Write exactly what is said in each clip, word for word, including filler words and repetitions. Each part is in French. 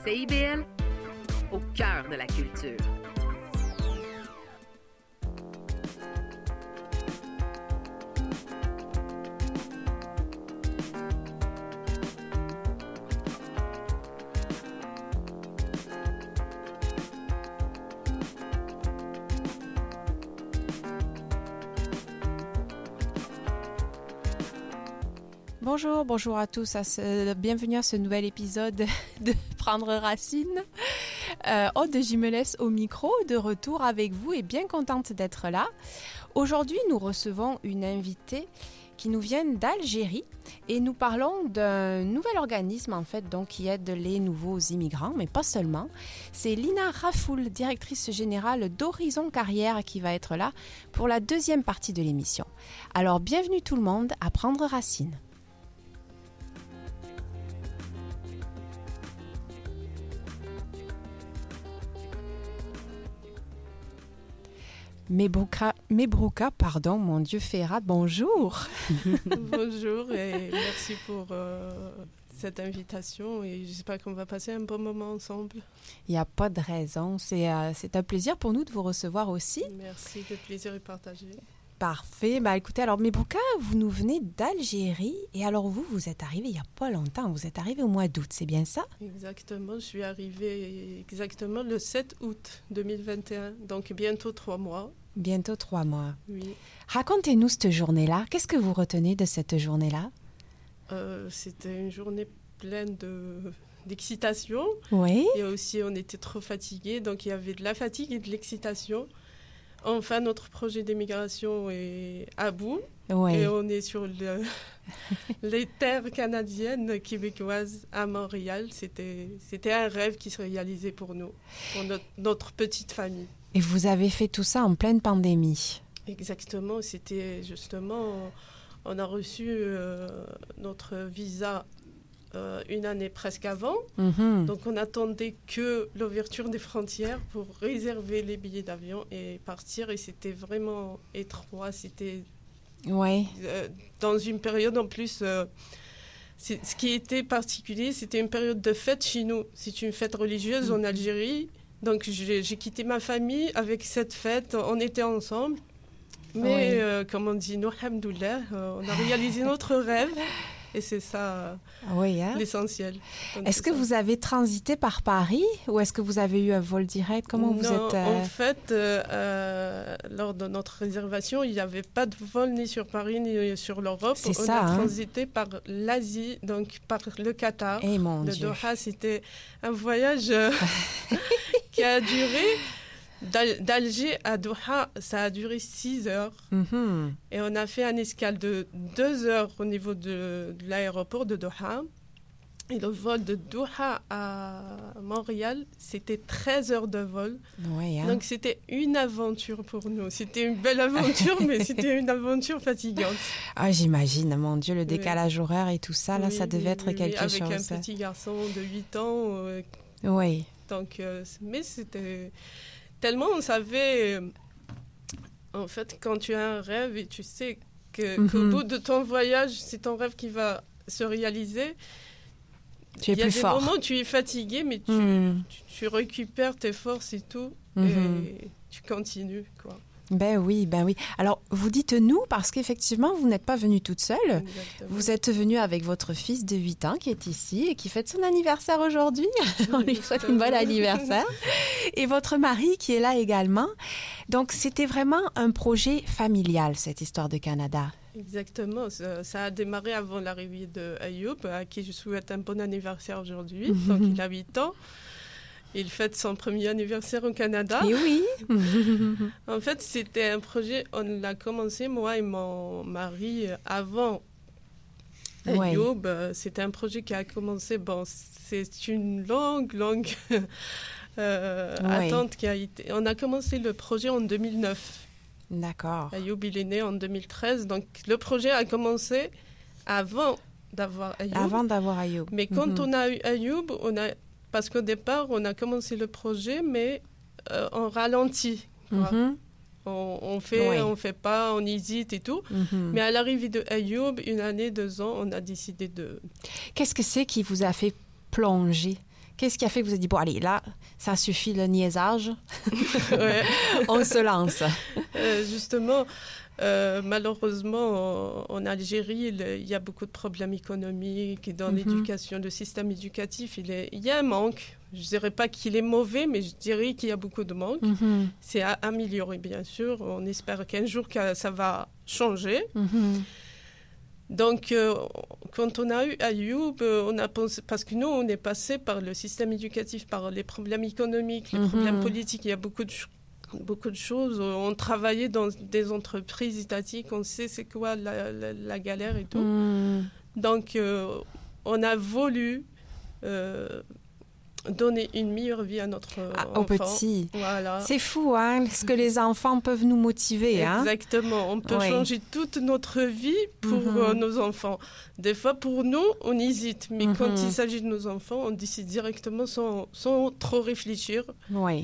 C I B L, au cœur de la culture. Bonjour, bonjour à tous, à ce, bienvenue à ce nouvel épisode de Prendre Racine. Euh, Aude Gimelès au micro, de retour avec vous et bien contente d'être là. Aujourd'hui, nous recevons une invitée qui nous vient d'Algérie et nous parlons d'un nouvel organisme en fait donc qui aide les nouveaux immigrants, mais pas seulement. C'est Lina Rafoul, directrice générale d'Horizon Carrière, qui va être là pour la deuxième partie de l'émission. Alors bienvenue tout le monde à Prendre Racine. Mebrouka, Mebrouka, pardon, mon Dieu, Ferhat, bonjour. Bonjour et merci pour euh, cette invitation et j'espère qu'on va passer un bon moment ensemble. Il n'y a pas de raison, c'est, euh, c'est un plaisir pour nous de vous recevoir aussi. Merci, le plaisir est partagé. Parfait, bah écoutez, alors Mebrouka, vous nous venez d'Algérie et alors vous, vous êtes arrivé il n'y a pas longtemps, vous êtes arrivé au mois d'août, c'est bien ça? Exactement, je suis arrivée exactement le sept août deux mille vingt et un, donc bientôt trois mois. Bientôt trois mois. Oui. Racontez-nous cette journée-là. Qu'est-ce que vous retenez de cette journée-là? euh, C'était une journée pleine de, d'excitation. Oui. Et aussi, on était trop fatigués, donc il y avait de la fatigue et de l'excitation. Enfin, notre projet d'émigration est à bout. Oui. Et on est sur le, les terres canadiennes, québécoises, à Montréal. C'était, c'était un rêve qui se réalisait pour nous, pour notre, notre petite famille. Et vous avez fait tout ça en pleine pandémie. Exactement, c'était justement, on a reçu euh, notre visa euh, une année presque avant. Mm-hmm. Donc on attendait que l'ouverture des frontières pour réserver les billets d'avion et partir. Et c'était vraiment étroit, c'était ouais. euh, dans une période en plus... Euh, c'est, ce qui était particulier, c'était une période de fête chez nous. C'est une fête religieuse mm-hmm. en Algérie. Donc, j'ai, j'ai quitté ma famille avec cette fête. On était ensemble. Mais, oui. euh, comme on dit, nous, alhamdoulilah, euh, on a réalisé notre rêve. Et c'est ça oui, hein. l'essentiel. Donc, est-ce que ça. Vous avez transité par Paris ou est-ce que vous avez eu un vol direct? Comment non, vous êtes euh... en fait, euh, euh, lors de notre réservation, il n'y avait pas de vol ni sur Paris ni sur l'Europe. C'est on ça, a hein. transité par l'Asie, donc par le Qatar. Et mon le Dieu. Doha, c'était un voyage euh, qui a duré... D'Al- d'Alger à Doha, ça a duré six heures. Mm-hmm. Et on a fait une escale de deux heures au niveau de, de l'aéroport de Doha. Et le vol de Doha à Montréal, c'était treize heures de vol. Ouais, hein. Donc, c'était une aventure pour nous. C'était une belle aventure, mais c'était une aventure fatigante. Ah, j'imagine, mon Dieu, le décalage oui. horaire et tout ça, là, oui, ça devait oui, être oui, quelque avec chose. Avec un petit garçon de huit ans. Euh, oui. Donc, euh, mais c'était... Tellement on savait, euh, en fait, quand tu as un rêve et tu sais que, mm-hmm. qu'au bout de ton voyage, c'est ton rêve qui va se réaliser. Tu es il y a plus des fort. moments où tu es fatigué, mais tu, mm. tu, tu récupères tes forces et tout, mm-hmm. et tu continues, quoi. Ben oui, ben oui. Alors, vous dites nous parce qu'effectivement, vous n'êtes pas venue toute seule. Exactement. Vous êtes venue avec votre fils de huit ans qui est ici et qui fête son anniversaire aujourd'hui. On lui souhaite un bon anniversaire. Et votre mari qui est là également. Donc, c'était vraiment un projet familial, cette histoire de Canada. Exactement. Ça, ça a démarré avant l'arrivée de Ayoub, à qui je souhaite un bon anniversaire aujourd'hui. Mm-hmm. Donc, il a huit ans. Il fête son premier anniversaire au Canada. Et oui. En fait, c'était un projet, on l'a commencé, moi et mon mari, avant Ayoub. Ouais. C'était un projet qui a commencé, bon, c'est une longue, longue euh, ouais. attente qui a été... On a commencé le projet en deux mille neuf. D'accord. Ayoub, il est né en deux mille treize, donc le projet a commencé avant d'avoir Ayoub. Avant d'avoir Ayoub. Mais quand mm-hmm. on a eu Ayoub, on a... Parce qu'au départ, on a commencé le projet, mais euh, on ralentit. Mm-hmm. On, on fait, oui. on fait pas, on hésite et tout. Mm-hmm. Mais à l'arrivée de Ayoub, une année, deux ans, on a décidé de... Qu'est-ce que c'est qui vous a fait plonger? Qu'est-ce qui a fait que vous avez dit, bon, allez, là, ça suffit le niaisage. Ouais. On se lance. Euh, justement, euh, malheureusement, en, en Algérie, il, il y a beaucoup de problèmes économiques et dans Mhm. l'éducation, le système éducatif, il, est, il y a un manque. Je ne dirais pas qu'il est mauvais, mais je dirais qu'il y a beaucoup de manque. Mhm. C'est à améliorer, bien sûr. On espère qu'un jour que ça va changer. Mhm. Donc, euh, quand on a eu Ayoub, euh, on a pensé, parce que nous, on est passé par le système éducatif, par les problèmes économiques, les Mhm. problèmes politiques. Il y a beaucoup de, ch- beaucoup de choses. On travaillait dans des entreprises étatiques, on sait c'est quoi la, la- la galère et tout. Mhm. Donc, euh, on a voulu euh, donner une meilleure vie à notre Ah, enfant. aux petits. Voilà. C'est fou, hein, ce que les enfants peuvent nous motiver. Hein? Exactement. On peut Oui. changer toute notre vie pour Mhm. euh, nos enfants. Des fois, pour nous, on hésite. Mais Mhm. quand il s'agit de nos enfants, on décide directement sans, sans trop réfléchir. Oui.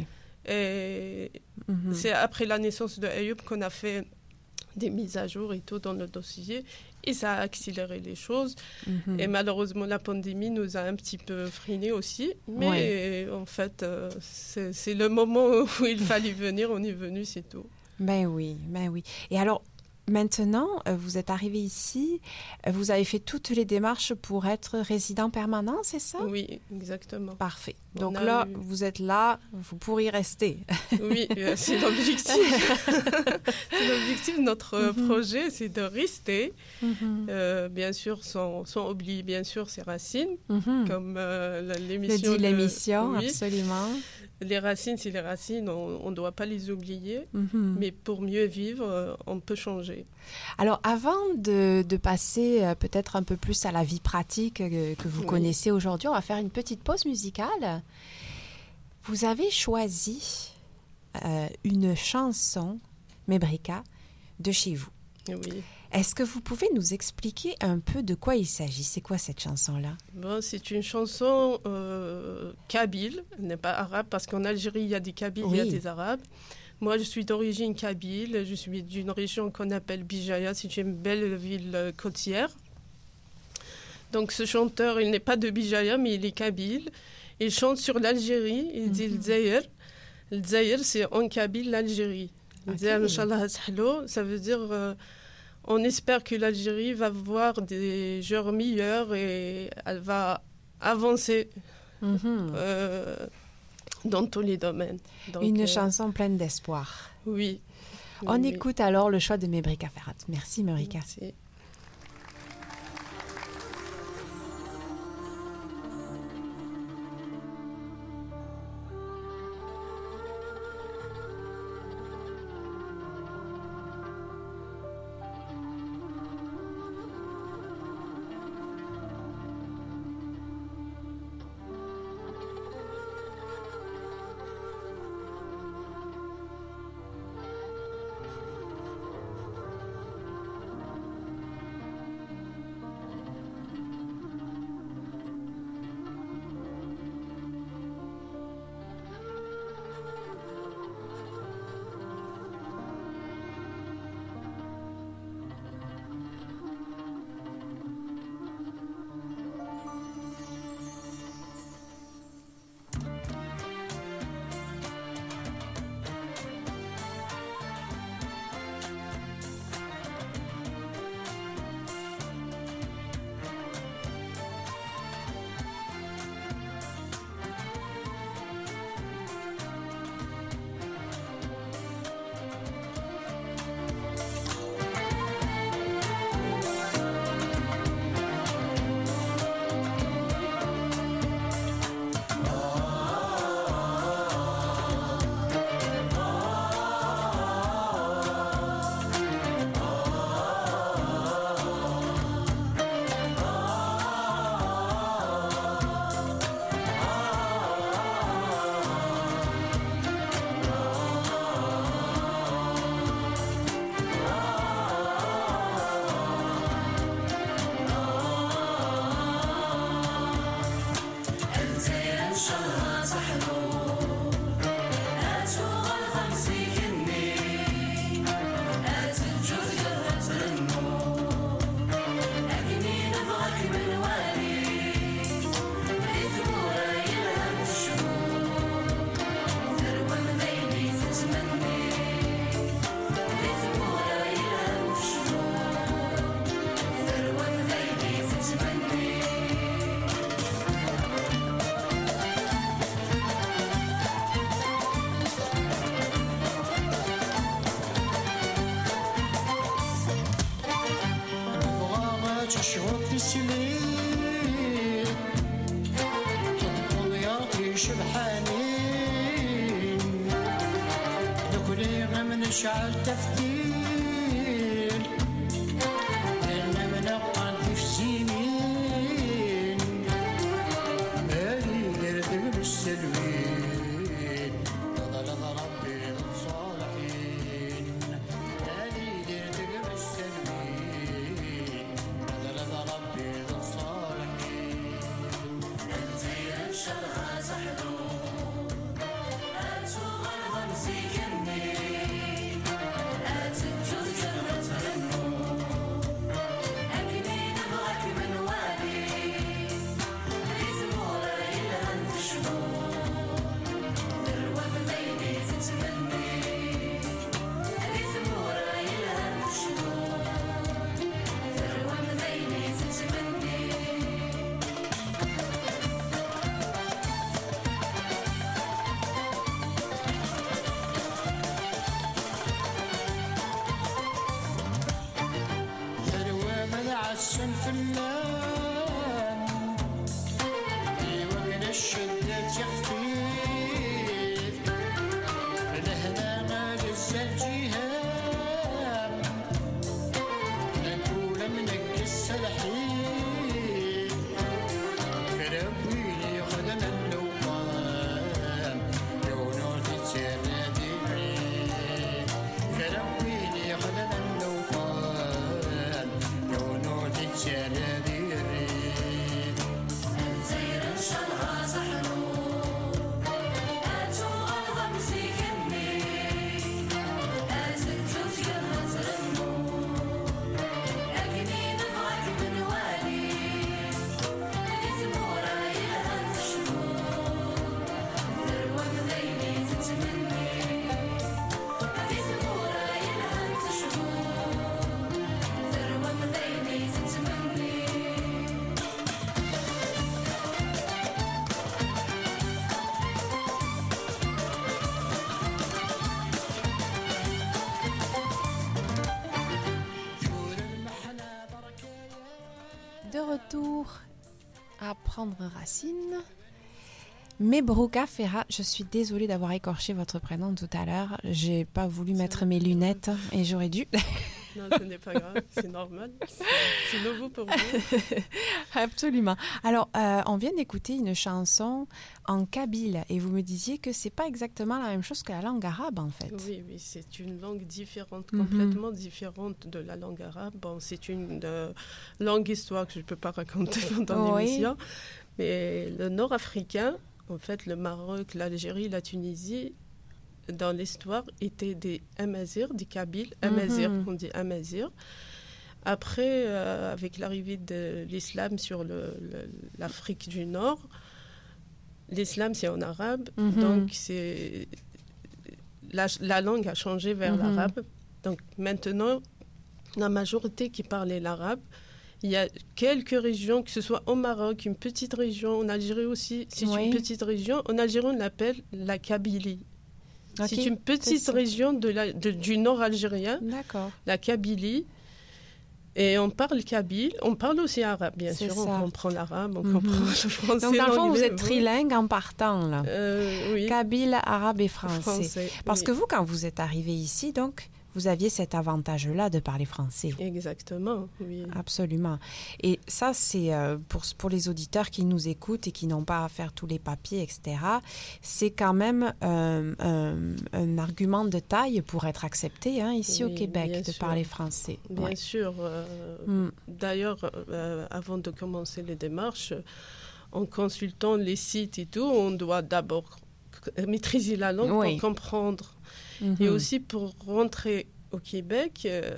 Et Mhm. c'est après la naissance de Ayoub qu'on a fait des mises à jour et tout dans le dossier. Et ça a accéléré les choses. Mhm. Et malheureusement, la pandémie nous a un petit peu freinés aussi. Mais en fait, euh, c'est c'est le moment où il fallait venir. On est venu, c'est tout. Ben oui, ben oui. Et alors, maintenant, euh, vous êtes arrivé ici, euh, vous avez fait toutes les démarches pour être résident permanent, c'est ça? Oui, exactement. Parfait. On Donc a là, eu- vous êtes là, vous pourrez y rester. Oui, euh, c'est l'objectif. C'est l'objectif de notre euh, Mhm. projet, c'est de rester. Mhm. Euh, bien sûr, sans, sans oublier, bien sûr, ses racines, Mhm. comme euh, la- Le l'émission. dit de- l'émission, oui. absolument. Les racines, c'est les racines, on ne doit pas les oublier. Mhm. Mais pour mieux vivre, euh, on peut changer. Alors, avant de, de passer euh, peut-être un peu plus à la vie pratique euh, que vous Oui. connaissez aujourd'hui, on va faire une petite pause musicale. Vous avez choisi euh, une chanson, Mébrika, de chez vous. Oui. Est-ce que vous pouvez nous expliquer un peu de quoi il s'agit? C'est quoi cette chanson-là? Bon, c'est une chanson euh, kabyle, elle n'est pas arabe, parce qu'en Algérie, il y a des kabyles, il y a Oui. des arabes. Moi, je suis d'origine kabyle, je suis d'une région qu'on appelle Bijaya, c'est une belle ville euh, côtière. Donc ce chanteur, il n'est pas de Bijaya, mais il est kabyle. Il chante sur l'Algérie, il dit Mhm. le Zaïr. Le Zaïr, c'est en kabyle l'Algérie. Le Ok. Zaïr, Inch'Allah, Tahlo, ça veut dire euh, on espère que l'Algérie va voir des jours meilleurs et elle va avancer Mhm. euh, dans tous les domaines. Donc, Une euh, chanson pleine d'espoir. Oui. On Oui, écoute alors le choix de Mébrika Ferhat. Merci, oui. Mébrika. Merci. Thank الشبحانين نكري من نشعل تفتيل أنا من أبقى في سنين هذه نردم بالسلوين نضل ربي الصالحين هذه نردم بالسلوين نضل ربي الصالحين أنت يا شرها زحلو أنتو غلغم زيكني أتنجو جرة رنو أكني نبغاك من والي ريزمورة إلا انتشمو ذروة ببيني تتمني ريزمورة إلا انتشمو ذروة ببيني تتمني ذروة من عسن فنان ومن الشدة تخفيف لهنا غالز الجهام نقول منقص الحين كربيني خدنا النوام يونو تتسردي كربيني خدنا النوام يونو تتسردي زير شرها زحلو أتو ألغم زيكني أتنجوت يلا ترنو أكني نبغاك من والي ريزمورة إلا انتشمو ذروة ببيني تتمني ريزمورة إلا انتشمو ذروة ببيني تتمني De retour à prendre racine. Mebrouka Ferhat, je suis désolée d'avoir écorché votre prénom tout à l'heure. J'ai pas voulu mettre mes lunettes et j'aurais dû. Non, ce n'est pas grave, c'est normal. C'est, c'est nouveau pour vous. Absolument. Alors, euh, on vient d'écouter une chanson en kabyle et vous me disiez que c'est pas exactement la même chose que la langue arabe en fait. Oui, oui, c'est une langue différente, Mhm. complètement différente de la langue arabe. Bon, c'est une euh, longue histoire que je ne peux pas raconter dans Oui. l'émission. Mais le nord-africain, en fait, le Maroc, l'Algérie, la Tunisie, dans l'histoire, étaient des Amazirs, des Kabyles. Amazirs, Mhm. on dit Amazirs. Après, euh, avec l'arrivée de l'islam sur le- le- l'Afrique du Nord, l'islam, c'est en arabe. Mhm. Donc, c'est... La, la langue a changé vers Mhm. l'arabe. Donc, maintenant, la majorité qui parlait l'arabe, il y a quelques régions, que ce soit au Maroc, une petite région, en Algérie aussi, c'est Oui. une petite région. En Algérie, on l'appelle la Kabylie. Ok, C'est une petite ça. région de la, de- du nord algérien, D'accord. la Kabylie. Et on parle kabyle, on parle aussi arabe, bien C'est sûr. ça. On comprend l'arabe, on Mhm. comprend le français. Donc, dans le fond, vous l'anglais, êtes bon. trilingue en partant là. Euh, oui, Kabyle, arabe et français. français. Parce oui. que vous, quand vous êtes arrivé ici, donc, vous aviez cet avantage-là de parler français. Exactement, oui. Absolument. Et ça, c'est euh, pour, pour les auditeurs qui nous écoutent et qui n'ont pas à faire tous les papiers, et cetera, c'est quand même euh, un, un argument de taille pour être accepté hein, ici au Oui, Québec, bien de sûr. parler français. Bien Ouais. sûr. euh, Mm. D'ailleurs, euh, avant de commencer les démarches, en consultant les sites et tout, on doit d'abord maîtriser la langue Oui. pour comprendre. Mhm. Et aussi pour rentrer au Québec, euh,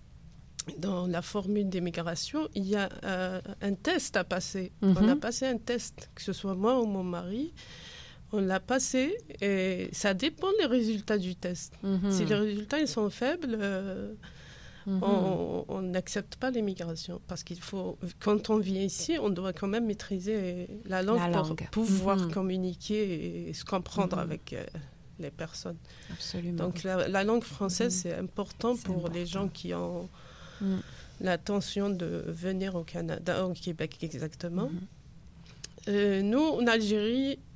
dans la formule d'immigration, il y a euh, un test à passer. Mhm. On a passé un test, que ce soit moi ou mon mari. On l'a passé et ça dépend des résultats du test. Mhm. Si les résultats ils sont faibles, euh, Mhm. on on n'accepte pas l'immigration. Parce qu'il faut, quand on vient ici, on doit quand même maîtriser la langue La pour langue. pouvoir Mhm. communiquer et se comprendre Mhm. avec euh, les personnes. Absolument. Donc la, la langue française, Mhm. c'est important C'est pour les important. gens qui ont Mm. l'intention de venir au Canada, au Québec exactement. Mhm. Euh, nous, en Algérie,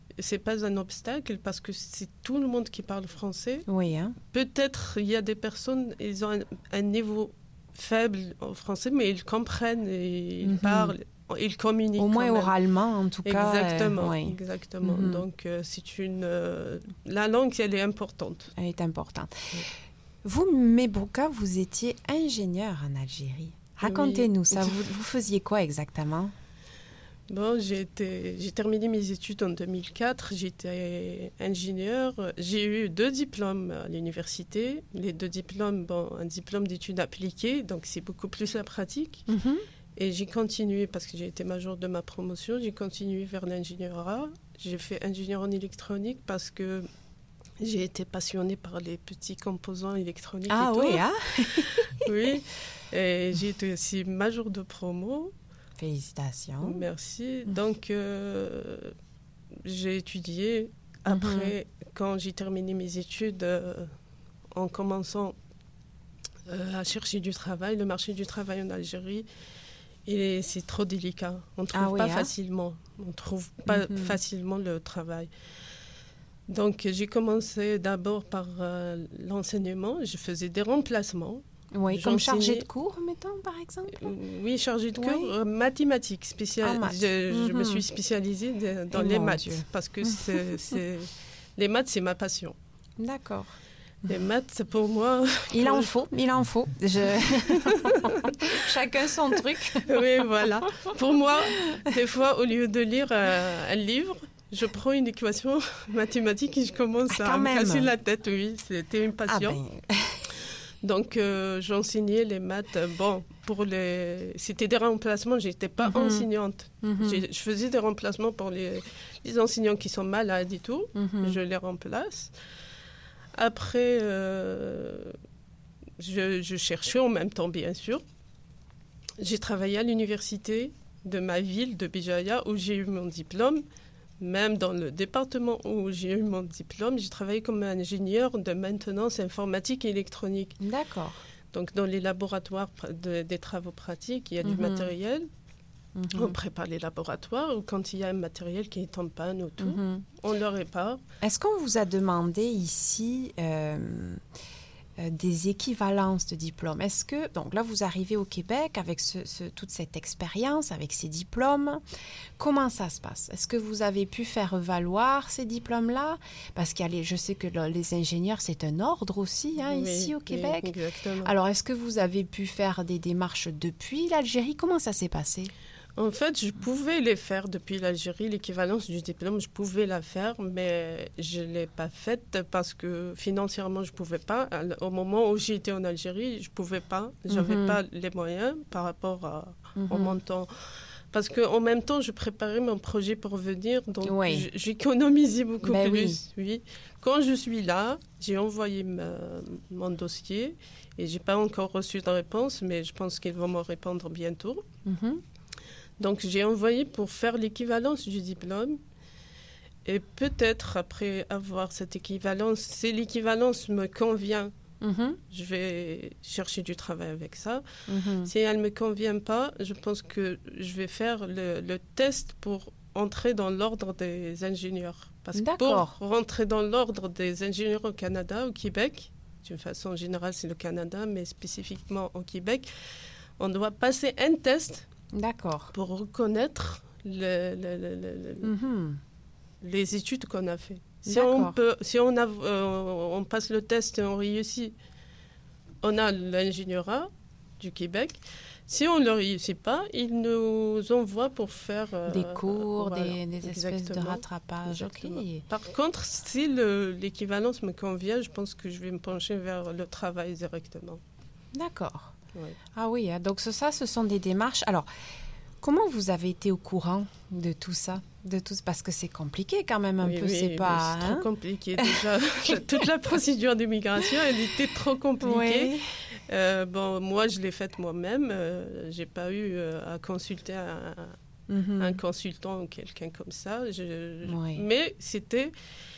c'est pas un obstacle parce que c'est tout le monde qui parle français. Oui, hein. Peut-être il y a des personnes, ils ont un, un niveau faible en français, mais ils comprennent, et ils Mhm. parlent, ils communiquent. Au moins quand même. oralement, en tout cas. Exactement, euh, oui, exactement. Mhm. Donc euh, c'est une euh, la langue, elle est importante. elle est importante. Oui. Vous, Mebrouka, vous étiez ingénieur en Algérie. Racontez-nous ça. Vous, vous faisiez quoi exactement? Bon, j'ai été, j'ai terminé mes études en deux mille quatre. J'étais ingénieur. J'ai eu deux diplômes à l'université. Les deux diplômes, bon, un diplôme d'études appliquées, donc c'est beaucoup plus la pratique. Mhm. Et j'ai continué, parce que j'ai été major de ma promotion, j'ai continué vers l'ingénierat. J'ai fait ingénieur en électronique parce que j'ai été passionnée par les petits composants électroniques. Ah et tout. oui, hein? Oui. Et j'ai été aussi major de promo. Félicitations. Merci. Donc, euh, j'ai étudié. Après, quand j'ai terminé mes études, euh, en commençant euh, à chercher du travail, le marché du travail en Algérie, et c'est trop délicat. On ne trouve Ah oui, pas hein? facilement. On ne trouve pas Mhm. facilement le travail. Donc, j'ai commencé d'abord par euh, l'enseignement. Je faisais des remplacements. Oui, comme chargé J'enseignais- de cours, mettons, par exemple. Oui, chargée de Oui. cours, euh, mathématiques. Spécial... En maths. Je, je me Mhm. suis spécialisée de- dans Eh les mon maths Dieu. parce que c'est, c'est- les maths, c'est ma passion. D'accord. Les maths, c'est pour moi... Il en faut, il en faut. Je... Chacun son truc. Oui, voilà. Pour moi, des fois, au lieu de lire euh, un livre, je prends une équation mathématique et je commence Ah, à quand me même. casser la tête. Oui, c'était une Ah passion. ben, Donc, euh, j'enseignais les maths. euh, Bon, pour les... c'était des remplacements, je n'étais pas Mhm. enseignante. mhm, J'ai- Je faisais des remplacements pour les, les enseignants qui sont malades et tout. mhm. Je les remplace. Après, euh, je, je cherchais en même temps, bien sûr. J'ai travaillé à l'université de ma ville, de Béjaïa, où j'ai eu mon diplôme. Même dans le département où j'ai eu mon diplôme, j'ai travaillé comme ingénieur de maintenance informatique et électronique. D'accord. Donc, dans les laboratoires pr- de- des travaux pratiques, il y a du Mhm. matériel. Mhm, On prépare les laboratoires, ou quand il y a un matériel qui est en panne ou tout, mhm. on le répare. Est-ce qu'on vous a demandé ici euh, euh, des équivalences de diplômes? Est-ce que, donc là, vous arrivez au Québec avec ce- ce- toute cette expérience, avec ces diplômes. Comment ça se passe? Est-ce que vous avez pu faire valoir ces diplômes-là? Parce qu'il y a les, je sais que là, les ingénieurs, c'est un ordre aussi, hein, Oui, ici au oui, Québec. exactement. Alors, est-ce que vous avez pu faire des démarches depuis l'Algérie? Comment ça s'est passé? En fait, je pouvais les faire depuis l'Algérie, l'équivalence du diplôme, je pouvais la faire, mais je ne l'ai pas faite parce que financièrement, je ne pouvais pas. Au moment où j'étais en Algérie, je ne pouvais pas. Je n'avais Mhm. pas les moyens par rapport à, au Mhm. montant. Parce qu'en même temps, je préparais mon projet pour venir, donc Oui. j- j'économisais beaucoup Ben plus. Oui. Quand je suis là, j'ai envoyé ma- mon dossier et je n'ai pas encore reçu de réponse, mais je pense qu'ils vont me répondre bientôt. Mhm. Donc, j'ai envoyé pour faire l'équivalence du diplôme. Et peut-être, après avoir cette équivalence, si l'équivalence me convient, Mhm. je vais chercher du travail avec ça. Mhm. Si elle ne me convient pas, je pense que je vais faire le, le test pour entrer dans l'ordre des ingénieurs. Parce que D'accord. pour rentrer dans l'ordre des ingénieurs au Canada, au Québec, d'une façon générale, c'est le Canada, mais spécifiquement au Québec, on doit passer un test D'accord. pour reconnaître le- le- le- le- le- Mhm. les études qu'on a fait. Si D'accord. on peut, si on, a, euh, on passe le test et on réussit, on a l'ingénierat du Québec. Si on ne le réussit pas, ils nous envoient pour faire euh, Des cours, voilà, des, des espèces de exactement. rattrapage. Ok. Exactement. Par contre, si le- l'équivalence me convient, je pense que je vais me pencher vers le travail directement. D'accord. Ouais. Ah oui, hein, donc ce- ça, ce sont des démarches. Alors, comment vous avez été au courant de tout ça, de tout parce que c'est compliqué quand même un Oui, peu. oui, c'est oui, pas. c'est hein? trop compliqué déjà. Toute la procédure d'immigration, elle était trop compliquée. Oui. Euh, bon, moi, je l'ai faite moi-même. Euh, j'ai pas eu euh, à consulter un, Mhm. un consultant ou quelqu'un comme ça. Je- je- Oui. Mais c'était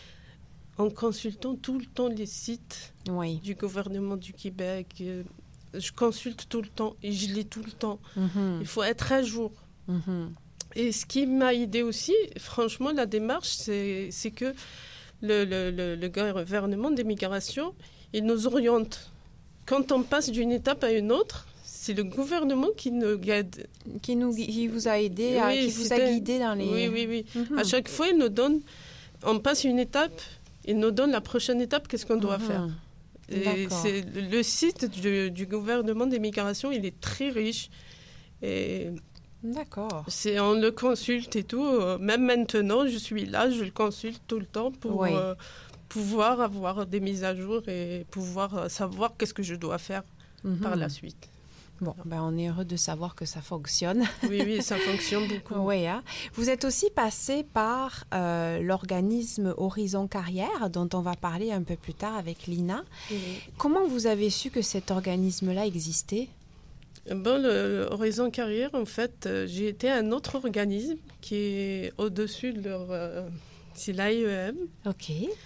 en consultant tout le temps les sites Oui. du gouvernement du Québec. Euh, je consulte tout le temps et je lis tout le temps. Mhm. Il faut être à jour. Mhm. Et ce qui m'a aidé aussi, franchement, la démarche, c'est, c'est que le, le, le, le gouvernement des migrations, il nous oriente. Quand on passe d'une étape à une autre, c'est le gouvernement qui nous guide. Qui, nous, qui vous a aidé, à- Oui, qui vous a c'était- guidé dans les... Oui, oui, oui. Mhm. À chaque fois, il nous donne, on passe une étape, il nous donne la prochaine étape, qu'est-ce qu'on doit Mhm. faire. Et D'accord. c'est le site du, du gouvernement des migrations, il est très riche. Et D'accord. c'est, on le consulte et tout. Euh, Même maintenant, je suis là, je le consulte tout le temps pour Oui. euh, pouvoir avoir des mises à jour et pouvoir euh, savoir qu'est-ce que je dois faire par Mhm. la suite. Bon, ben on est heureux de savoir que ça fonctionne. Oui, oui, ça fonctionne beaucoup. Oui, hein. Vous êtes aussi passé par euh, l'organisme Horizon Carrière, dont on va parler un peu plus tard avec Lina. Oui. Comment vous avez su que cet organisme-là existait? Bon, le, le Horizon Carrière, en fait, euh, j'ai été à un autre organisme qui est au-dessus de leur... euh, c'est l'A E M. Ok.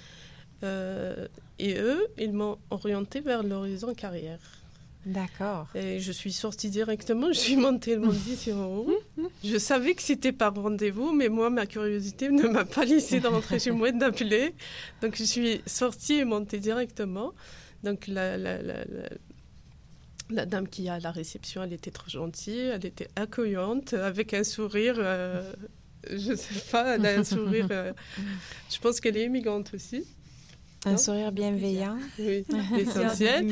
Euh, et eux, ils m'ont orienté vers l'Horizon Carrière. D'accord. Et je suis sortie directement, je suis montée le dit sur en haut. Je savais que c'était par rendez-vous, mais moi, ma curiosité ne m'a pas laissé de rentrer chez moi et d'appeler. Donc, je suis sortie et montée directement. Donc, la, la, la, la, la dame qui est à la réception, elle était trop gentille, elle était accueillante, avec un sourire, euh, je ne sais pas, elle a un sourire, euh, je pense qu'elle est immigrante aussi. Un Non. sourire bienveillant. Oui, l'essentiel.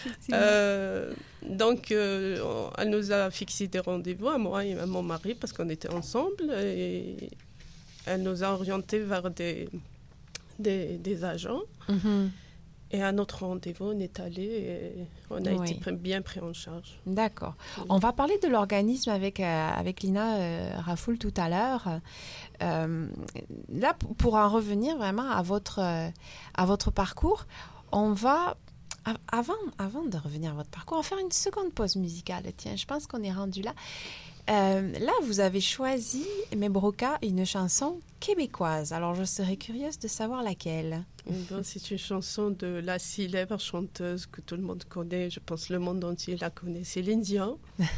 Euh, donc, euh, on- elle nous a fixé des rendez-vous à moi et à mon mari parce qu'on était ensemble et elle nous a orientés vers des, des, des agents. Mhm. Et à notre rendez-vous, on est allé et on a Oui. été pris- bien pris en charge. D'accord. Oui. On va parler de l'organisme avec, euh, avec Lina euh, Rafoul tout à l'heure. Euh, là, p- pour en revenir vraiment à votre, euh, à votre parcours, on va, a- avant, avant de revenir à votre parcours, on va faire une seconde pause musicale. Tiens, je pense qu'on est rendu là. Euh, là, vous avez choisi, Mebroka, une chanson québécoise. Alors, je serais curieuse de savoir laquelle. Et donc, c'est une chanson de la célèbre chanteuse que tout le monde connaît, je pense le monde entier la connaît, Céline Dion.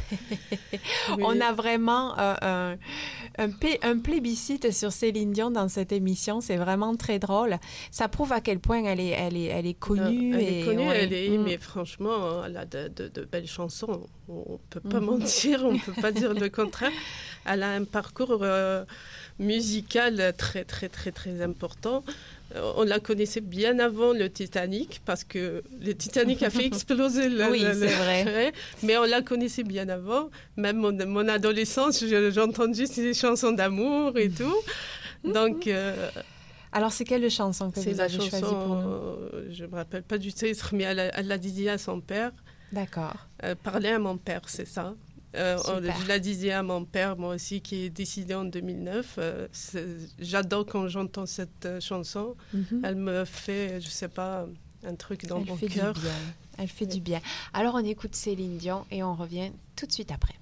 Oui. On a vraiment euh, un, un, pé- un plébiscite sur Céline Dion dans cette émission. C'est vraiment très drôle. Ça prouve à quel point elle est, elle est, elle est connue. Elle et, est connue, ouais. elle est, Mm. mais franchement, elle a de, de- de belles chansons. On ne peut pas Mhm. mentir, on ne peut pas dire le contraire. Elle a un parcours euh, musical très, très, très, très important. Euh, On la connaissait bien avant le Titanic, parce que le Titanic a fait exploser le... Oui, le- c'est le- vrai. Mais on la connaissait bien avant. Même mon, mon adolescence, je- j'ai entendu ces chansons d'amour et tout. Donc... euh, Alors, c'est quelle chanson que c'est vous la avez choisie chanson, pour nous? euh, je ne me rappelle pas du titre, mais elle, a- elle l'a dédiée à son père. D'accord. Elle parlait à mon père, c'est ça. Euh, on- Super. je la disais à mon père, moi aussi, qui est décédé en deux mille neuf. Euh, c'est- j'adore quand j'entends cette euh, chanson. Mhm. Elle me fait, je ne sais pas, un truc dans Elle mon fait cœur. du bien. Elle fait Oui. du bien. Alors, on écoute Céline Dion et on revient tout de suite après.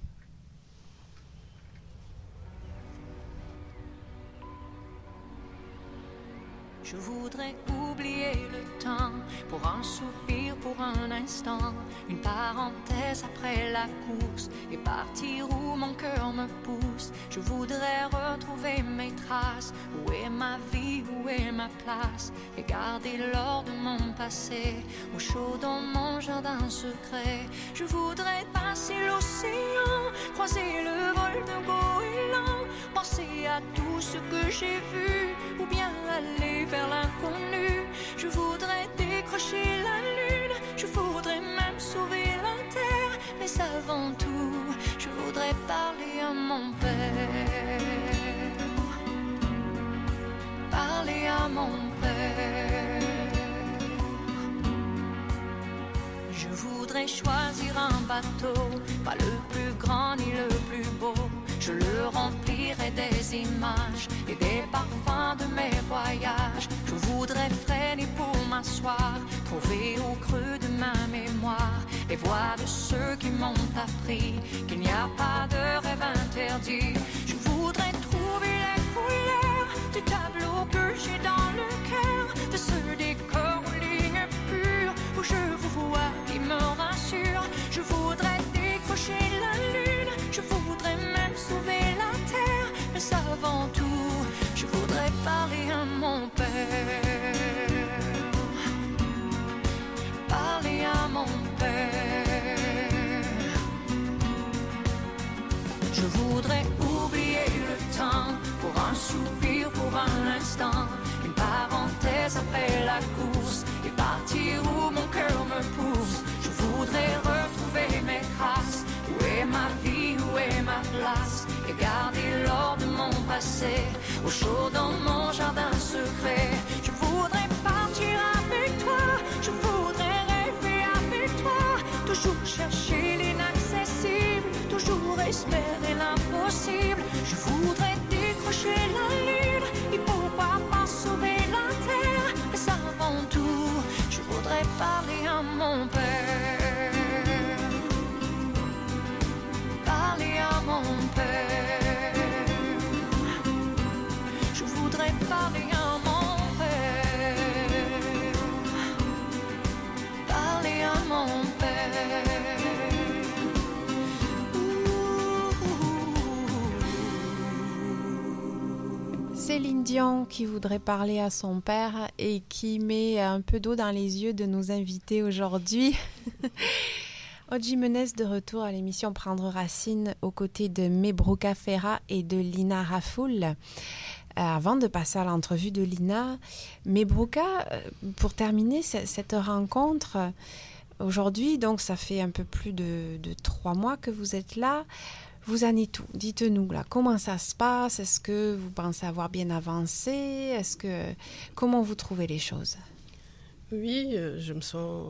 Je voudrais oublier le temps pour un soupir, pour un instant, une parenthèse après la course et partir où mon cœur me pousse. Je voudrais retrouver mes traces. Où est ma vie, où est ma place? Et garder l'or de mon passé au chaud dans mon jardin secret. Je voudrais passer l'océan, croiser le vol d'un goéland, penser à tout ce que j'ai vu, ou bien aller vers l'inconnu. Je voudrais décrocher la lune, je voudrais même sauver la terre, mais avant tout, je voudrais parler à mon père. Parler à mon père. Je voudrais choisir un bateau, pas le plus grand ni le plus beau. Je le remplirai des images et des parfums de mes voyages. Je voudrais freiner pour m'asseoir, trouver au creux de ma mémoire les voix de ceux qui m'ont appris qu'il n'y a pas de rêve interdit. Je voudrais trouver les couleurs du tableau que j'ai dans le cœur, de ce décor aux lignes pures où je vous vois qui me rassure. Je voudrais décrocher la lune, je voudrais même sauver la terre, avant tout, je voudrais parler à mon père. Parler à mon père. Je voudrais oublier le temps pour un soupir, pour un instant, une parenthèse après la course et partir où mon cœur me pousse. Je voudrais retrouver mes traces. Où est ma vie, où est ma place? Et garder l'or de mon passé au chaud dans mon jardin secret. Je voudrais partir avec toi, je voudrais rêver avec toi, toujours chercher l'inaccessible, toujours espérer l'impossible. Je voudrais décrocher la lune et pourquoi pas sauver la terre. Mais avant tout, je voudrais parler à mon père. Parler à mon père. Je voudrais parler à mon père. Parler à mon père. Céline Dion qui voudrait parler à son père et qui met un peu d'eau dans les yeux de nos invités aujourd'hui. Oggi Menez de retour à l'émission Prendre Racine aux côtés de Mebrouka Ferra et de Lina Rafoul. Euh, avant de passer à l'entrevue de Lina, Mebrouka, euh, pour terminer c- cette rencontre, euh, aujourd'hui, donc ça fait un peu plus de, de trois mois que vous êtes là. Vous en êtes où? Dites-nous là, comment ça se passe? Est-ce que vous pensez avoir bien avancé? Est-ce que comment vous trouvez les choses? Oui, euh, je me sens,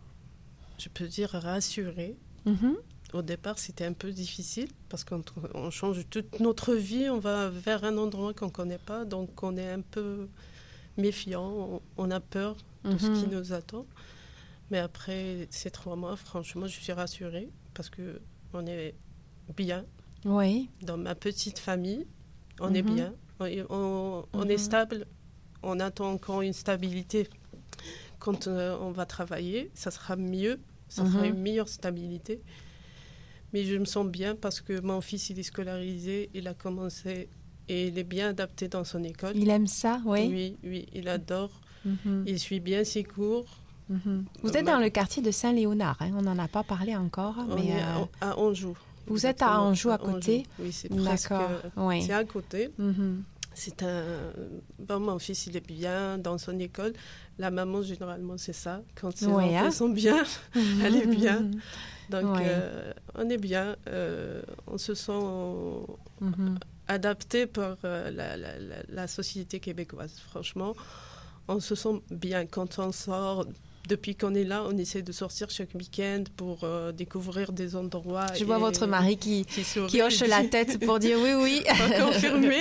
je peux dire, rassurée. Mhm. Au départ, c'était un peu difficile parce qu'on on change toute notre vie, on va vers un endroit qu'on ne connaît pas, donc on est un peu méfiant, on, on a peur de Mhm. ce qui nous attend. Mais après ces trois mois, franchement, je suis rassurée parce qu'on est bien Oui. dans ma petite famille, on Mhm. est bien, on, on- on Mhm. est stable, on attend encore une stabilité. Quand euh, on va travailler, ça sera mieux, ça Mhm. sera une meilleure stabilité. Mais je me sens bien parce que mon fils, il est scolarisé, il a commencé et il est bien adapté dans son école. Il aime ça, oui. Oui, oui, il adore. Mhm. Il suit bien ses cours. Mhm. Vous Euh, êtes ma- dans le quartier de Saint-Léonard, hein, on n'en a pas parlé encore, On mais est euh, à, à Anjou. vous êtes à Exactement, Anjou à côté. Oui, c'est presque. D'accord, oui. C'est à côté. Mhm. C'est un. Bon, mon fils, il est bien dans son école. La maman, généralement, c'est ça. Quand ses Ouais, enfants hein. sont bien, elle est bien. Donc, Ouais. euh, on est bien. euh, on se sent Mhm. adapté par euh, la, la- la- la société québécoise. Franchement, on se sent bien quand on sort. Depuis qu'on est là, on essaie de sortir chaque week-end pour euh, découvrir des endroits. Je vois et- votre mari qui, qui, sourit, qui hoche la tête pour dire oui, oui. Pas confirmé.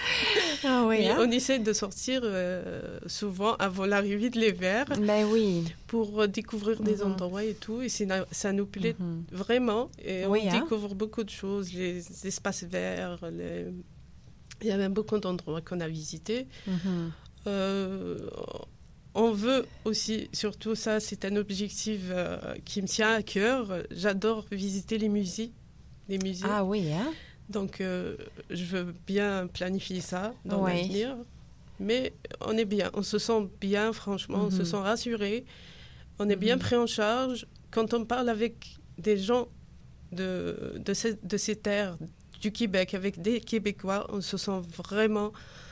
Ah oui, Mais hein. on essaie de sortir euh, souvent avant l'arrivée de l'hiver Ben oui. pour euh, découvrir des Mhm. endroits et tout. Et c'est na- ça nous plaît Mhm. vraiment. Et Oui, on hein. découvre beaucoup de choses, les espaces verts. les- Il y a même beaucoup d'endroits qu'on a visités. Mhm. Euh, on veut aussi, surtout ça, c'est un objectif euh, qui me tient à cœur. J'adore visiter les musées. Les musées. Ah oui, hein. Donc, euh, je veux bien planifier ça dans Oui. l'avenir. Mais on est bien, on se sent bien, franchement, on se Mhm. sent rassuré. On est bien Mhm. pris en charge. Quand on parle avec des gens de, de, ces, de ces terres, du Québec, avec des Québécois, on se sent vraiment...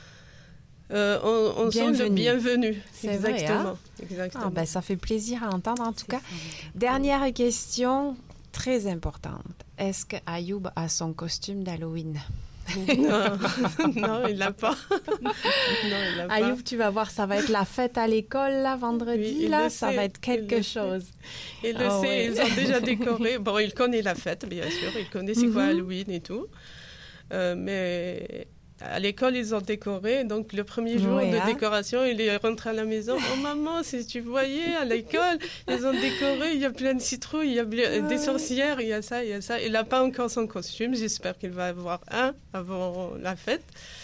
euh, on on sent le Bienvenue. bienvenu. C'est vrai, Exactement. hein. Exactement. Ah ben, ça fait plaisir à entendre en tout cas. Dernière question très importante. Est-ce que Ayoub a son costume d'Halloween? non, non, il l'a pas. non, il l'a pas. Ayoub, tu vas voir, ça va être la fête à l'école là, vendredi, Oui, il là, le ça sait, va être il quelque le sait. chose. Il le Ah sait, ouais. ils ont déjà décoré. Bon, il connaît la fête, bien sûr. Il connaît c'est quoi Mhm. Halloween et tout. Euh, mais à l'école, ils ont décoré. Donc, le premier jour Ouais, de hein. décoration, il est rentré à la maison. Oh, maman, si tu voyais, à l'école, ils ont décoré. Il y a plein de citrouilles, il y a bl- des sorcières, il y a ça, il y a ça. Il n'a pas encore son costume. J'espère qu'il va avoir un avant la fête.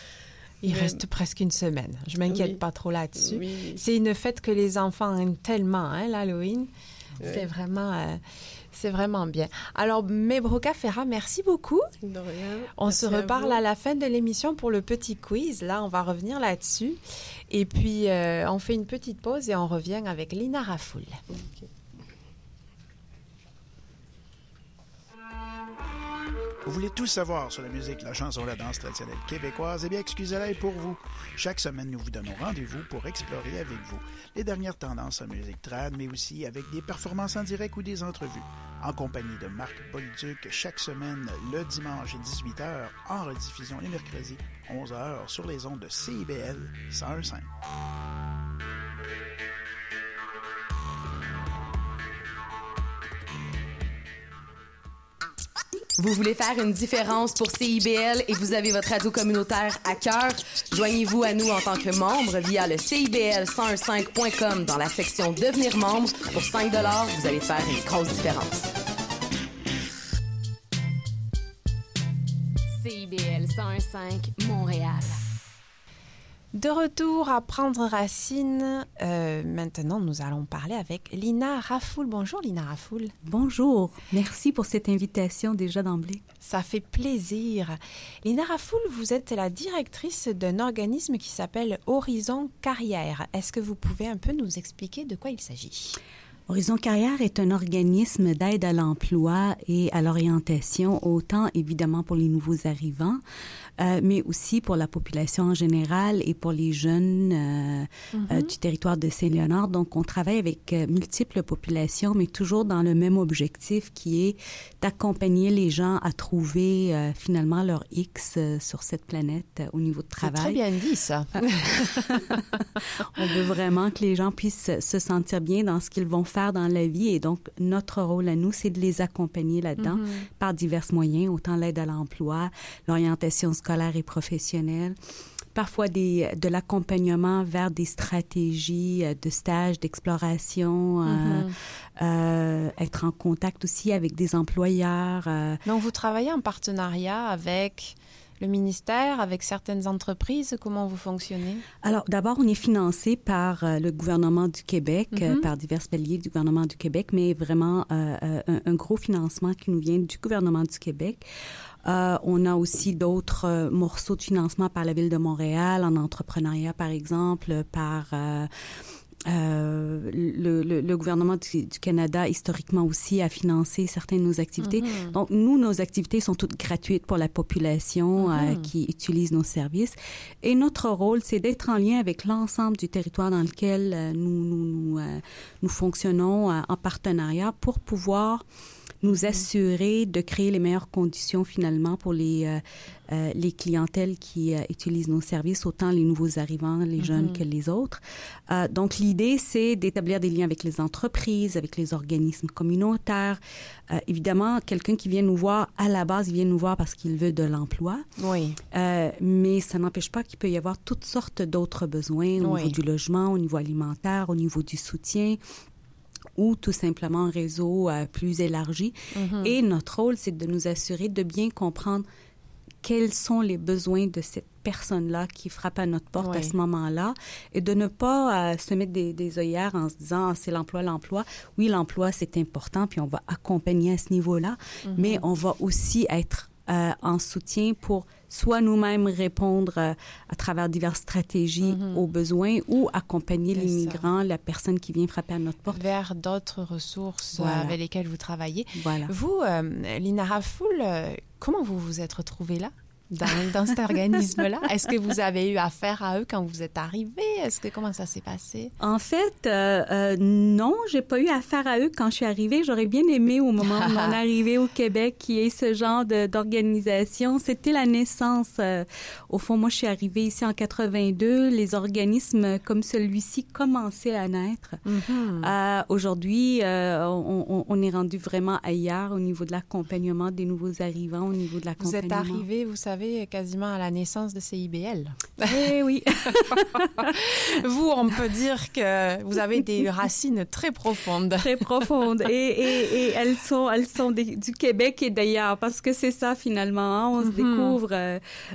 Il Mais- reste presque une semaine. Je m'inquiète Oui. pas trop là-dessus. Oui. C'est une fête que les enfants aiment tellement, hein, l'Halloween. Ouais. C'est vraiment... euh, C'est vraiment bien. Alors, Mebroka Ferra, merci beaucoup. De rien. On Merci se à reparle vous. à, la fin de l'émission pour le petit quiz. Là, on va revenir là-dessus. Et puis, euh, on fait une petite pause et on revient avec Lina Rafoul. Ok. Vous voulez tout savoir sur la musique, la chanson, la danse traditionnelle québécoise? Eh bien, excusez-la est pour vous. Chaque semaine, nous vous donnons rendez-vous pour explorer avec vous les dernières tendances en musique trad, mais aussi avec des performances en direct ou des entrevues. En compagnie de Marc Bolduc, chaque semaine, le dimanche à dix-huit heures, en rediffusion les mercredis, onze heures, sur les ondes de C I B L cent un virgule cinq. Vous voulez faire une différence pour C I B L et vous avez votre radio communautaire à cœur? Joignez-vous à nous en tant que membre via le C I B L cent un virgule cinq point com dans la section Devenir membre. Pour cinq dollars, vous allez faire une grosse différence. C I B L cent un virgule cinq, Montréal. De retour à Prendre Racine, euh, maintenant nous allons parler avec Lina Rafoul. Bonjour Lina Rafoul. Bonjour, merci pour cette invitation déjà d'emblée. Ça fait plaisir. Lina Rafoul, vous êtes la directrice d'un organisme qui s'appelle Horizon Carrière. Est-ce que vous pouvez un peu nous expliquer de quoi il s'agit? Horizon Carrière est un organisme d'aide à l'emploi et à l'orientation, autant évidemment pour les nouveaux arrivants, euh, mais aussi pour la population en général et pour les jeunes euh, mm-hmm. euh, du territoire de Saint-Léonard. Donc, on travaille avec euh, multiples populations, mais toujours dans le même objectif qui est d'accompagner les gens à trouver euh, finalement leur X euh, sur cette planète euh, au niveau de travail. C'est très bien dit, ça. On veut vraiment que les gens puissent se sentir bien dans ce qu'ils vont faire dans la vie et donc notre rôle à nous, c'est de les accompagner là-dedans mm-hmm. par divers moyens, autant l'aide à l'emploi, l'orientation scolaire et professionnelle, parfois des, de l'accompagnement vers des stratégies de stage, d'exploration, mm-hmm. euh, euh, être en contact aussi avec des employeurs. Euh. Donc, vous travaillez en partenariat avec le ministère, avec certaines entreprises, comment vous fonctionnez? Alors, d'abord, on est financé par euh, le gouvernement du Québec, mm-hmm. euh, par divers paliers du gouvernement du Québec, mais vraiment euh, euh, un, un gros financement qui nous vient du gouvernement du Québec. Euh, on a aussi d'autres euh, morceaux de financement par la Ville de Montréal, en entrepreneuriat, par exemple, par... Euh, Euh, le, le, le gouvernement du, du Canada, historiquement aussi, a financé certaines de nos activités. Mm-hmm. Donc, nous, nos activités sont toutes gratuites pour la population mm-hmm. euh, qui utilise nos services. Et notre rôle, c'est d'être en lien avec l'ensemble du territoire dans lequel euh, nous, nous, nous, euh, nous fonctionnons euh, en partenariat pour pouvoir nous assurer de créer les meilleures conditions finalement pour les, euh, euh, les clientèles qui euh, utilisent nos services, autant les nouveaux arrivants, les mm-hmm. jeunes que les autres. Euh, donc, l'idée, c'est d'établir des liens avec les entreprises, avec les organismes communautaires. Euh, évidemment, quelqu'un qui vient nous voir, à la base, il vient nous voir parce qu'il veut de l'emploi. Oui. Euh, mais ça n'empêche pas qu'il peut y avoir toutes sortes d'autres besoins au oui. niveau du logement, au niveau alimentaire, au niveau du soutien, ou tout simplement un réseau euh, plus élargi. Mm-hmm. Et notre rôle, c'est de nous assurer de bien comprendre quels sont les besoins de cette personne-là qui frappe à notre porte oui. à ce moment-là et de ne pas euh, se mettre des, des œillères en se disant ah, « c'est l'emploi, l'emploi ». Oui, l'emploi, c'est important, puis on va accompagner à ce niveau-là, mm-hmm. mais on va aussi être euh, en soutien pour soit nous-mêmes répondre euh, à travers diverses stratégies mm-hmm. aux besoins ou accompagner c'est les migrants, ça. La personne qui vient frapper à notre porte. Vers d'autres ressources voilà. euh, avec lesquelles vous travaillez. Voilà. Vous, euh, Lina Rafoul, euh, comment vous vous êtes retrouvée là? Dans, dans cet organisme-là? Est-ce que vous avez eu affaire à eux quand vous êtes arrivée? Est-ce que, comment ça s'est passé? En fait, euh, euh, non, j'ai pas eu affaire à eux quand je suis arrivée. J'aurais bien aimé au moment de mon arrivée au Québec qu'il y ait ce genre de, d'organisation. C'était la naissance. Euh, au fond, moi, je suis arrivée ici en quatre-vingt-deux. Les organismes comme celui-ci commençaient à naître. Mm-hmm. Euh, aujourd'hui, euh, on, on, on est rendu vraiment ailleurs au niveau de l'accompagnement des nouveaux arrivants, au niveau de l'accompagnement. Vous êtes arrivée, vous savez, savez, quasiment à la naissance de C I B L. Eh oui. Vous, on peut dire que vous avez des racines très profondes. Très profondes. Et, et, et elles sont, elles sont des, du Québec et d'ailleurs, parce que c'est ça finalement. Hein, on mm-hmm. se découvre, euh,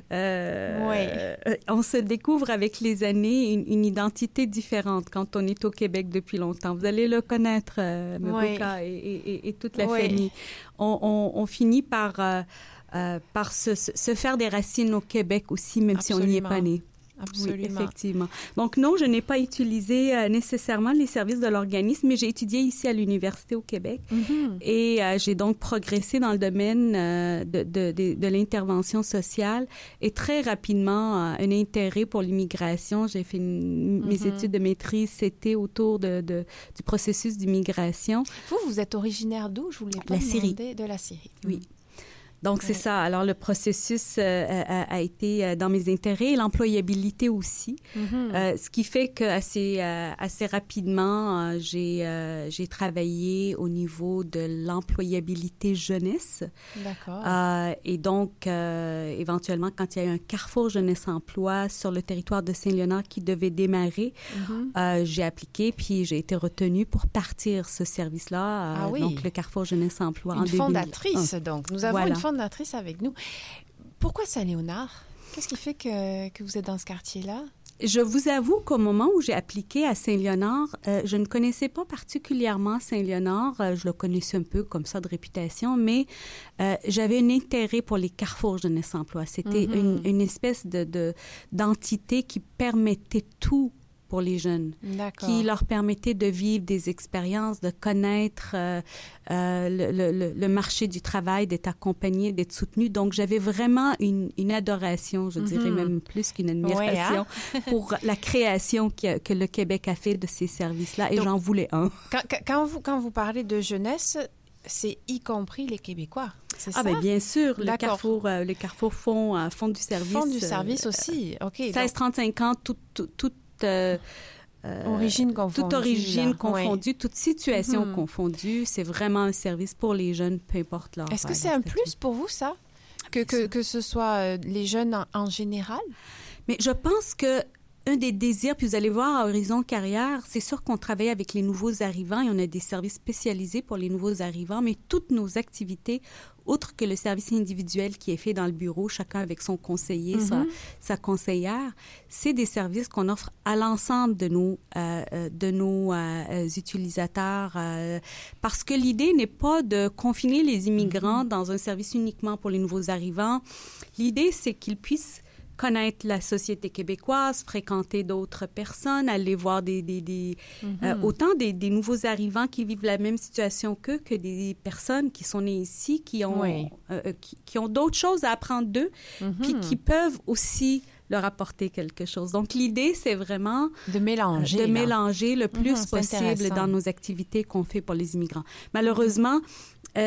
euh, ouais. euh, on se découvre avec les années une, une identité différente quand on est au Québec depuis longtemps. Vous allez le connaître, euh, Mebouka ouais. et, et, et toute la ouais. famille. On, on, on finit par, euh, euh, par se, se faire des racines au Québec aussi, même Absolument. Si on n'y est pas né. Absolument. Oui, effectivement. Donc non, je n'ai pas utilisé euh, nécessairement les services de l'organisme, mais j'ai étudié ici à l'Université au Québec mm-hmm. et euh, j'ai donc progressé dans le domaine euh, de, de, de, de l'intervention sociale et très rapidement euh, un intérêt pour l'immigration. J'ai fait une, mm-hmm. mes études de maîtrise, c'était autour de, de, du processus d'immigration. Vous, vous êtes originaire d'où? Je voulais pas la Syrie. De la Syrie. Oui. Donc, c'est ouais. ça. Alors, le processus euh, a, a été euh, dans mes intérêts et l'employabilité aussi. Mm-hmm. Euh, ce qui fait qu'assez euh, assez rapidement, euh, j'ai, euh, j'ai travaillé au niveau de l'employabilité jeunesse. D'accord. Euh, et donc, euh, éventuellement, quand il y a eu un carrefour jeunesse-emploi sur le territoire de Saint-Léonard qui devait démarrer, mm-hmm. euh, j'ai appliqué puis j'ai été retenue pour partir ce service-là. Euh, ah oui. Donc, le carrefour jeunesse-emploi Une en deux mille un. fondatrice, donc. Nous avons voilà. une fondatrice avec nous. Pourquoi Saint-Léonard? Qu'est-ce qui fait que, que vous êtes dans ce quartier-là? Je vous avoue qu'au moment où j'ai appliqué à Saint-Léonard, euh, je ne connaissais pas particulièrement Saint-Léonard. Euh, je le connaissais un peu comme ça de réputation, mais euh, j'avais un intérêt pour les carrefours jeunesse-emploi. C'était mm-hmm. une, une espèce de, de, d'entité qui permettait tout pour les jeunes, D'accord. qui leur permettait de vivre des expériences, de connaître euh, euh, le, le, le marché du travail, d'être accompagné, d'être soutenu. Donc, j'avais vraiment une, une adoration, je mm-hmm. dirais même plus qu'une admiration, ouais, hein? pour la création que, que le Québec a fait de ces services-là, et donc, j'en voulais un. Quand, quand, vous, quand vous parlez de jeunesse, c'est y compris les Québécois. C'est ah, ça? bien, bien sûr. Le Carrefour, euh, le Carrefour fond, euh, fond du service. Fond du service euh, aussi, OK. seize trente-cinq ans, tout... tout, tout Euh, euh, origine confondue, toute origine là. confondue, Oui. toute situation mm-hmm. confondue. C'est vraiment un service pour les jeunes, peu importe leur... Est-ce que c'est un plus pour vous, ça? Que, que, que ce soit les jeunes en, en général? Mais je pense que un des désirs, puis vous allez voir à Horizon Carrière, c'est sûr qu'on travaille avec les nouveaux arrivants et on a des services spécialisés pour les nouveaux arrivants, mais toutes nos activités, outre que le service individuel qui est fait dans le bureau, chacun avec son conseiller, mm-hmm. sa, sa conseillère, c'est des services qu'on offre à l'ensemble de nos, euh, de nos euh, utilisateurs, euh, parce que l'idée n'est pas de confiner les immigrants mm-hmm. dans un service uniquement pour les nouveaux arrivants. L'idée, c'est qu'ils puissent connaître la société québécoise, fréquenter d'autres personnes, aller voir des, des, des mm-hmm. euh, autant des, des nouveaux arrivants qui vivent la même situation qu'eux, que des personnes qui sont nées ici, qui ont, oui. euh, qui, qui ont d'autres choses à apprendre d'eux, mm-hmm. puis qui peuvent aussi leur apporter quelque chose. Donc, l'idée, c'est vraiment de mélanger, de là. mélanger le plus mm-hmm, possible dans nos activités qu'on fait pour les immigrants. Malheureusement, Euh,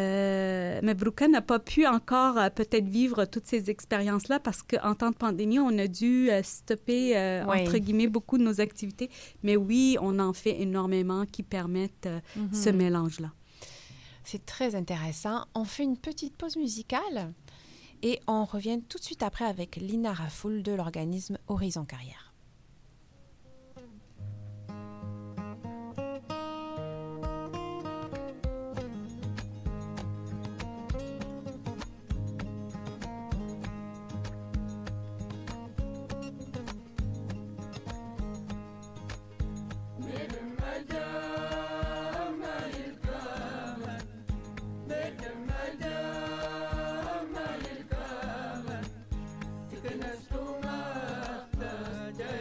euh, Mebouka n'a pas pu encore euh, peut-être vivre toutes ces expériences-là parce qu'en temps de pandémie, on a dû euh, stopper, euh, oui. entre guillemets, beaucoup de nos activités. Mais oui, on en fait énormément qui permettent euh, mm-hmm. ce mélange-là. C'est très intéressant. On fait une petite pause musicale et on revient tout de suite après avec Lina Rafoul de l'organisme Horizon Carrière. Thank you.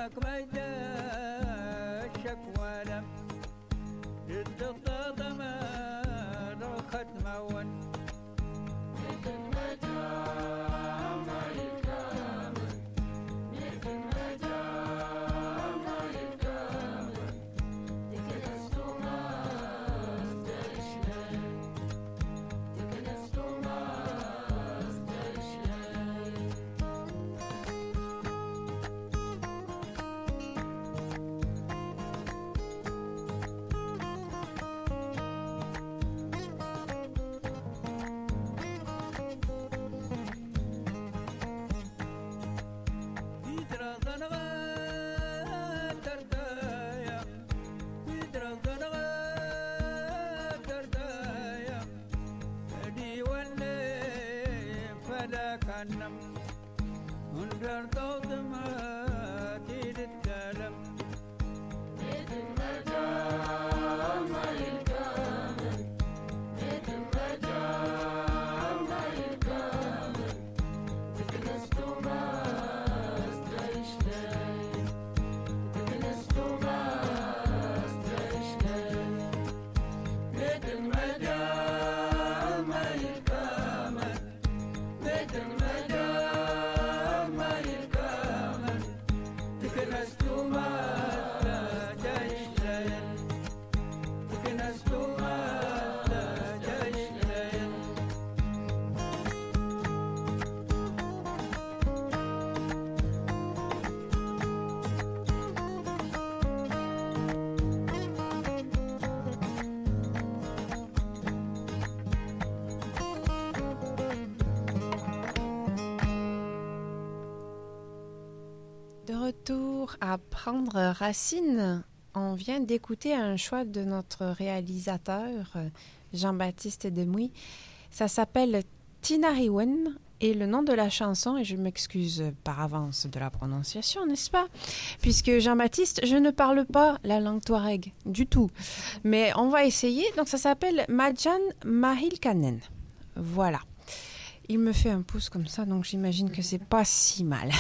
De retour à Prendre Racine, on vient d'écouter un choix de notre réalisateur Jean-Baptiste Demouy. Ça s'appelle Tinariwen et le nom de la chanson, et je m'excuse par avance de la prononciation, n'est-ce pas? Puisque Jean-Baptiste, je ne parle pas la langue touareg du tout. Mais on va essayer. Donc ça s'appelle Majan Mahilkanen. Voilà. Il me fait un pouce comme ça, donc j'imagine que c'est pas si mal.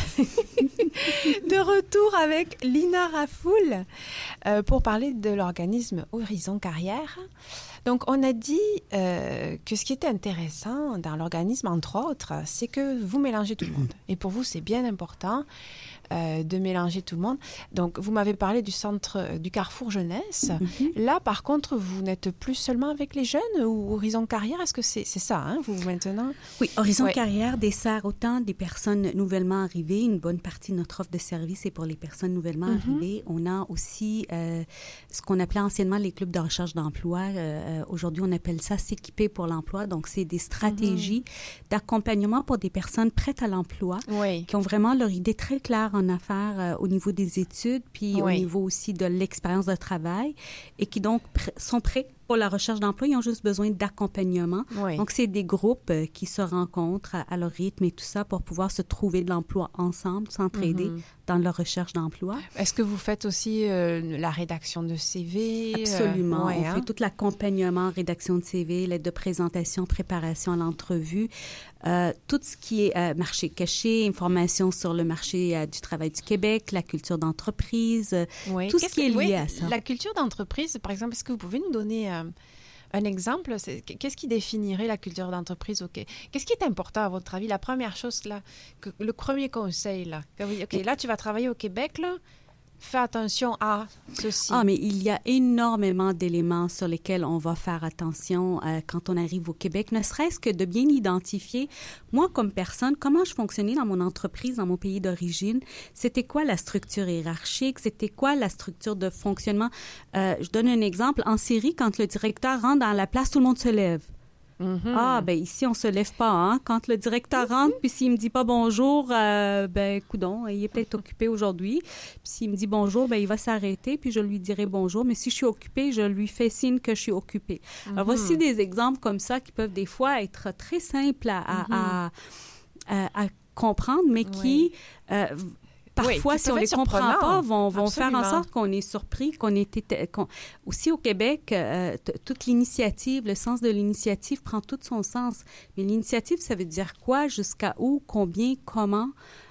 De retour avec Lina Rafoul euh, pour parler de l'organisme Horizon Carrière. Donc, on a dit euh, que ce qui était intéressant dans l'organisme, entre autres, c'est que vous mélangez tout le monde. Et pour vous, c'est bien important euh, de mélanger tout le monde. Donc, vous m'avez parlé du centre euh, du Carrefour Jeunesse. Mm-hmm. Là, par contre, vous n'êtes plus seulement avec les jeunes ou Horizon Carrière? Est-ce que c'est, c'est ça, hein, vous, maintenant? Oui, Horizon ouais. Carrière dessert autant des personnes nouvellement arrivées. Une bonne partie de notre offre de service est pour les personnes nouvellement mm-hmm. arrivées. On a aussi euh, ce qu'on appelait anciennement les clubs de recherche d'emploi. Euh, Euh, aujourd'hui, on appelle ça s'équiper pour l'emploi. Donc, c'est des stratégies mm-hmm. d'accompagnement pour des personnes prêtes à l'emploi, oui. qui ont vraiment leur idée très claire en affaires euh, au niveau des études, puis oui. au niveau aussi de l'expérience de travail, et qui donc pr- sont prêts pour la recherche d'emploi. Ils ont juste besoin d'accompagnement. Oui. Donc, c'est des groupes euh, qui se rencontrent à, à leur rythme et tout ça pour pouvoir se trouver de l'emploi ensemble, s'entraider mm-hmm. dans leur recherche d'emploi. Est-ce que vous faites aussi euh, la rédaction de C V? Absolument. Euh, ouais, on hein? fait tout l'accompagnement, rédaction de C V, l'aide de présentation, préparation à l'entrevue, euh, tout ce qui est euh, marché caché, information sur le marché euh, du travail du Québec, la culture d'entreprise, oui. tout Qu'est-ce ce qui est lié oui, à ça. La culture d'entreprise, par exemple, est-ce que vous pouvez nous donner euh, un exemple? C'est, qu'est-ce qui définirait la culture d'entreprise? Okay. Qu'est-ce qui est important à votre avis? La première chose, là, que, le premier conseil, là, que, OK, là, tu vas travailler au Québec, là, fais attention à ceci. Ah, mais il y a énormément d'éléments sur lesquels on va faire attention euh, quand on arrive au Québec, ne serait-ce que de bien identifier, moi, comme personne, comment je fonctionnais dans mon entreprise, dans mon pays d'origine, c'était quoi la structure hiérarchique, c'était quoi la structure de fonctionnement. Euh, je donne un exemple. En Syrie, quand le directeur rentre dans la place, tout le monde se lève. Mm-hmm. Ah, ben ici, on se lève pas, hein. Quand le directeur rentre, puis s'il me dit pas bonjour, euh, ben, coudon, il est peut-être occupé aujourd'hui. Puis s'il me dit bonjour, ben il va s'arrêter, puis je lui dirai bonjour. Mais si je suis occupée, je lui fais signe que je suis occupée. Mm-hmm. Alors, voici des exemples comme ça qui peuvent des fois être très simples à, mm-hmm. à, à, à comprendre, mais qui... Oui. Euh, Parfois, oui, si on ne les comprend pas, vont, vont faire en sorte qu'on est surpris, qu'on était... Qu'on... Aussi, au Québec, euh, t- toute l'initiative, le sens de l'initiative prend tout son sens. Mais l'initiative, ça veut dire quoi, jusqu'à où, combien, comment?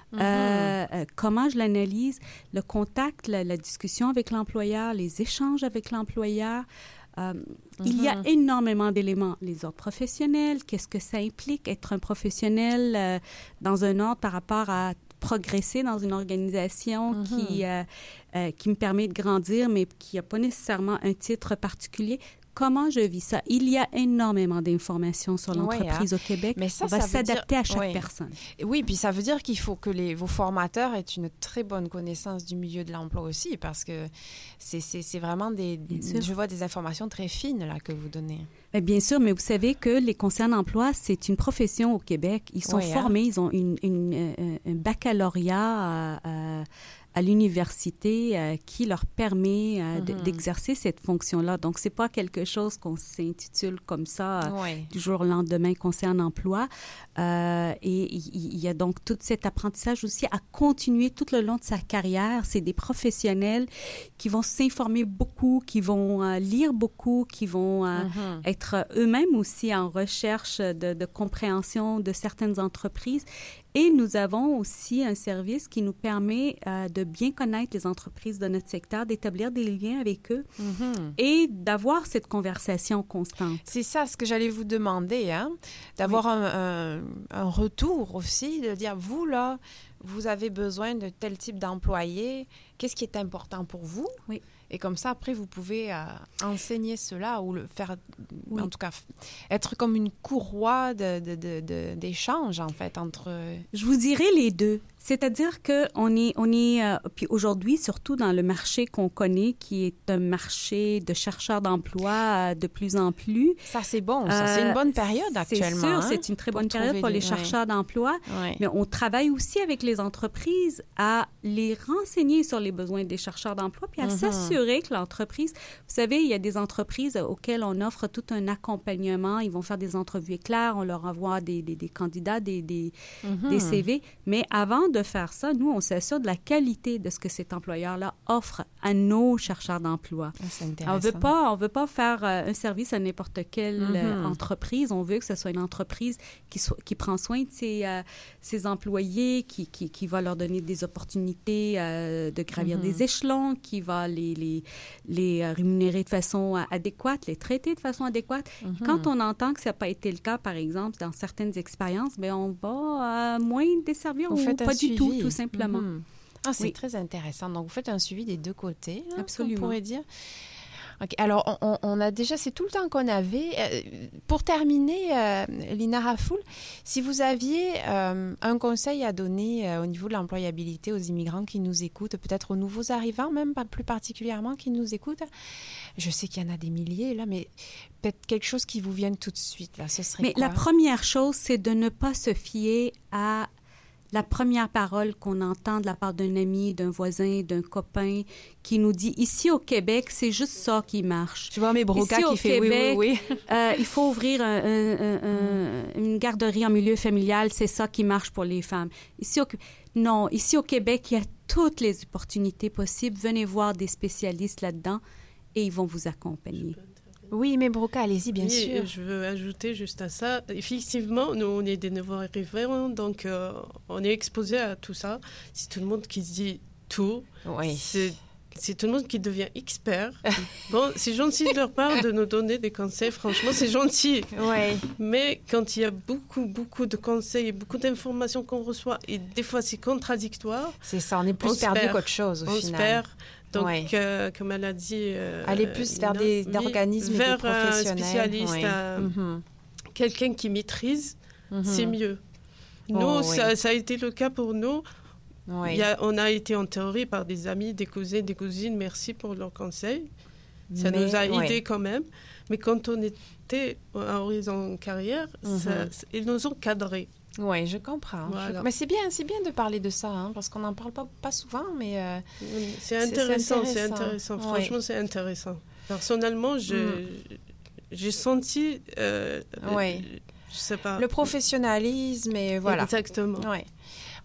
Mm-hmm. Euh, euh, comment je l'analyse? Le contact, la, la discussion avec l'employeur, les échanges avec l'employeur. Euh, mm-hmm. Il y a énormément d'éléments. Les ordres professionnels, qu'est-ce que ça implique être un professionnel euh, dans un ordre par rapport à progresser dans une organisation mm-hmm. qui, euh, euh, qui me permet de grandir, mais qui n'a pas nécessairement un titre particulier. Comment je vis ça? Il y a énormément d'informations sur l'entreprise oui, hein. au Québec. Mais ça, On va ça s'adapter dire... à chaque oui. personne. Oui, puis ça veut dire qu'il faut que les, vos formateurs aient une très bonne connaissance du milieu de l'emploi aussi, parce que c'est, c'est, c'est vraiment des... Je vois des informations très fines là, que vous donnez. Bien, bien sûr, mais vous savez que les conseillers d'emploi, c'est une profession au Québec. Ils sont oui, formés, hein? Ils ont une, une, une, un baccalauréat à, à à l'université euh, qui leur permet euh, mm-hmm. d'exercer cette fonction-là. Donc, c'est pas quelque chose qu'on s'intitule comme ça euh, oui. du jour au lendemain, conseiller en emploi. Euh, et il y, y a donc tout cet apprentissage aussi à continuer tout le long de sa carrière. C'est des professionnels qui vont s'informer beaucoup, qui vont euh, lire beaucoup, qui vont euh, mm-hmm. être eux-mêmes aussi en recherche de, de compréhension de certaines entreprises. Et nous avons aussi un service qui nous permet euh, de bien connaître les entreprises de notre secteur, d'établir des liens avec eux mm-hmm. et d'avoir cette conversation constante. C'est ça ce que j'allais vous demander, hein? D'avoir oui. un, un, un retour aussi, de dire, vous là, vous avez besoin de tel type d'employé, qu'est-ce qui est important pour vous? Oui. Et comme ça, après, vous pouvez euh, enseigner cela ou le faire, oui. en tout cas, être comme une courroie de, de, de, de, d'échange, en fait, entre... Je vous dirais les deux. C'est-à-dire qu'on est, on est euh, puis aujourd'hui, surtout dans le marché qu'on connaît, qui est un marché de chercheurs d'emploi euh, de plus en plus. Ça, c'est bon. Ça, euh, c'est une bonne période actuellement. C'est sûr, hein, c'est une très bonne période pour les, les chercheurs ouais. d'emploi. Ouais. Mais on travaille aussi avec les entreprises à les renseigner sur les besoins des chercheurs d'emploi, puis à mm-hmm. s'assurer que l'entreprise... Vous savez, il y a des entreprises auxquelles on offre tout un accompagnement. Ils vont faire des entrevues éclairs, on leur envoie des, des, des candidats, des, des, mm-hmm. des C V. Mais avant de faire ça, nous, on s'assure de la qualité de ce que cet employeur-là offre à nos chercheurs d'emploi. Ah, c'est intéressant. On veut pas, on veut pas faire euh, un service à n'importe quelle mm-hmm. euh, entreprise. On veut que ce soit une entreprise qui, so- qui prend soin de ses, euh, ses employés, qui, qui, qui va leur donner des opportunités euh, de gravir mm-hmm. des échelons, qui va les, les, les euh, rémunérer de façon euh, adéquate, les traiter de façon adéquate. Mm-hmm. Quand on entend que ça n'a pas été le cas, par exemple, dans certaines expériences, bien, on va euh, moins desservir Vous ou pas suivi. du tout, tout simplement. Mm-hmm. Ah, c'est oui. très intéressant. Donc, vous faites un suivi des deux côtés, hein, absolument. On pourrait dire. Okay. Alors, on, on a déjà, c'est tout le temps qu'on avait. Euh, pour terminer, euh, Lina Rafoul, si vous aviez euh, un conseil à donner euh, au niveau de l'employabilité aux immigrants qui nous écoutent, peut-être aux nouveaux arrivants même, pas plus particulièrement, qui nous écoutent, je sais qu'il y en a des milliers, là, mais peut-être quelque chose qui vous vienne tout de suite, là, ce serait mais quoi? La première chose, c'est de ne pas se fier à la première parole qu'on entend de la part d'un ami, d'un voisin, d'un copain qui nous dit « Ici au Québec, c'est juste ça qui marche. » Je vois mes brocas qui fait Québec, oui, oui, oui. euh, il faut ouvrir un, un, un, un, une garderie en milieu familial, c'est ça qui marche pour les femmes. Ici au, non, ici au Québec, il y a toutes les opportunités possibles. Venez voir des spécialistes là-dedans et ils vont vous accompagner. Oui, mais Broca, allez-y, bien oui, sûr. Je veux ajouter juste à ça. Effectivement, nous, on est des nouveaux arrivants, donc euh, on est exposé à tout ça. C'est tout le monde qui se dit tout. Oui. C'est, c'est tout le monde qui devient expert. Bon, c'est gentil de leur part de nous donner des conseils. Franchement, c'est gentil. Oui. Mais quand il y a beaucoup, beaucoup de conseils et beaucoup d'informations qu'on reçoit, et des fois, c'est contradictoire. C'est ça, on est plus on perdu qu'autre chose, au on final. On se perd. Donc, ouais. euh, comme elle a dit... Euh, aller plus vers des, des organismes vers et des professionnels. Un spécialiste, ouais. un, mm-hmm. quelqu'un qui maîtrise, mm-hmm. c'est mieux. Nous, oh, ça, oui. ça a été le cas pour nous. Oui. Il y a, on a été en théorie par des amis, des cousins, des cousines. Merci pour leurs conseils. Ça Mais, nous a aidés ouais. quand même. Mais quand on était à Horizon Carrière, mm-hmm. ça, ils nous ont cadrés. Oui, je comprends. Voilà. Je... Mais c'est bien, c'est bien de parler de ça, hein, parce qu'on n'en parle pas, pas souvent, mais... Euh, c'est, intéressant, c'est, c'est intéressant, c'est intéressant. Franchement, ouais. c'est intéressant. Personnellement, je, mm. j'ai senti... Euh, oui. Je sais pas. Le professionnalisme, et voilà. Exactement. Oui.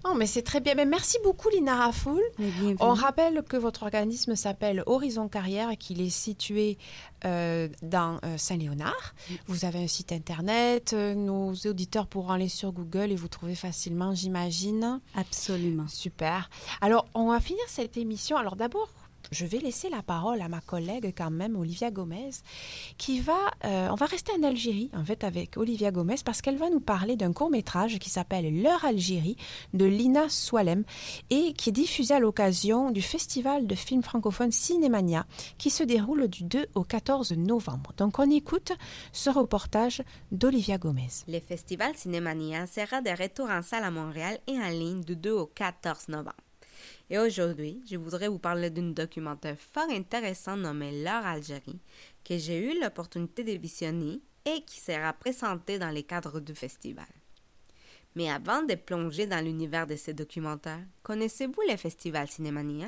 Oh, mais c'est très bien. Mais merci beaucoup, Lina Rafoul. Mais bienvenue. On rappelle que votre organisme s'appelle Horizon Carrière et qu'il est situé euh, dans euh, Saint-Léonard. Vous avez un site Internet. euh, nos auditeurs pourront aller sur Google et vous trouver facilement, j'imagine. Absolument. Super. Alors, on va finir cette émission. Alors, d'abord, je vais laisser la parole à ma collègue quand même, Olivia Gomez, qui va... euh, on va rester en Algérie, en fait, avec Olivia Gomez, parce qu'elle va nous parler d'un court-métrage qui s'appelle « L'heure Algérie » de Lina Soualem et qui est diffusé à l'occasion du festival de films francophones Cinémania qui se déroule du deux au quatorze novembre. Donc, on écoute ce reportage d'Olivia Gomez. Le festival Cinémania sera de retour en salle à Montréal et en ligne du deux au quatorze novembre. Et aujourd'hui, je voudrais vous parler d'un documentaire fort intéressant nommé L'heure Algérie, que j'ai eu l'opportunité de visionner et qui sera présenté dans les cadres du festival. Mais avant de plonger dans l'univers de ce documentaire, connaissez-vous le festival Cinémania?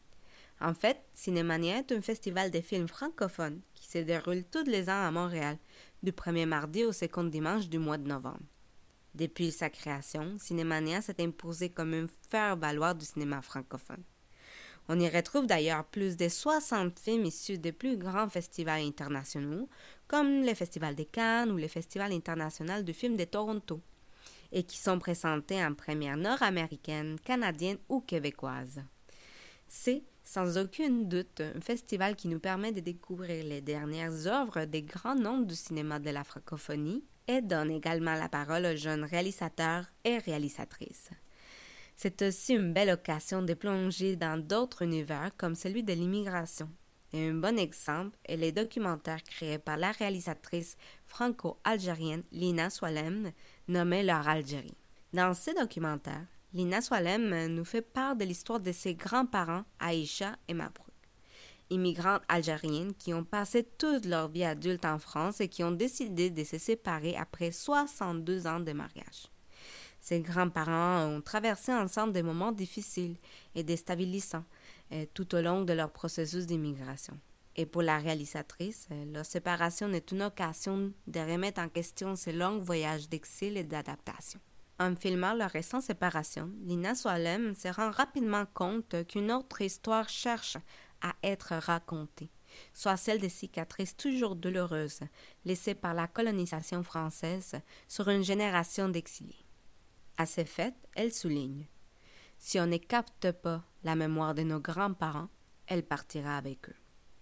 En fait, Cinémania est un festival de films francophones qui se déroule tous les ans à Montréal, du premier mardi au second dimanche du mois de novembre. Depuis sa création, Cinémania s'est imposé comme un faire-valoir du cinéma francophone. On y retrouve d'ailleurs plus de soixante films issus des plus grands festivals internationaux, comme le Festival de Cannes ou le Festival international du film de Toronto, et qui sont présentés en première nord-américaine, canadienne ou québécoise. C'est, sans aucun doute, un festival qui nous permet de découvrir les dernières œuvres des grands noms du cinéma de la francophonie et donne également la parole aux jeunes réalisateurs et réalisatrices. C'est aussi une belle occasion de plonger dans d'autres univers comme celui de l'immigration. Et un bon exemple est le documentaire créé par la réalisatrice franco-algérienne Lina Soualem, nommé L'heure Algérie. Dans ce documentaire, Lina Soualem nous fait part de l'histoire de ses grands-parents Aïcha et Mabrouk, immigrantes algériennes qui ont passé toute leur vie adulte en France et qui ont décidé de se séparer après soixante-deux ans de mariage. Ses grands-parents ont traversé ensemble des moments difficiles et déstabilisants euh, tout au long de leur processus d'immigration. Et pour la réalisatrice, euh, leur séparation est une occasion de remettre en question ces longs voyages d'exil et d'adaptation. En filmant leur récente séparation, Lina Soualem se rend rapidement compte qu'une autre histoire cherche à être racontée, soit celle des cicatrices toujours douloureuses laissées par la colonisation française sur une génération d'exilés. À ce fait, elle souligne « Si on ne capte pas la mémoire de nos grands-parents, elle partira avec eux. »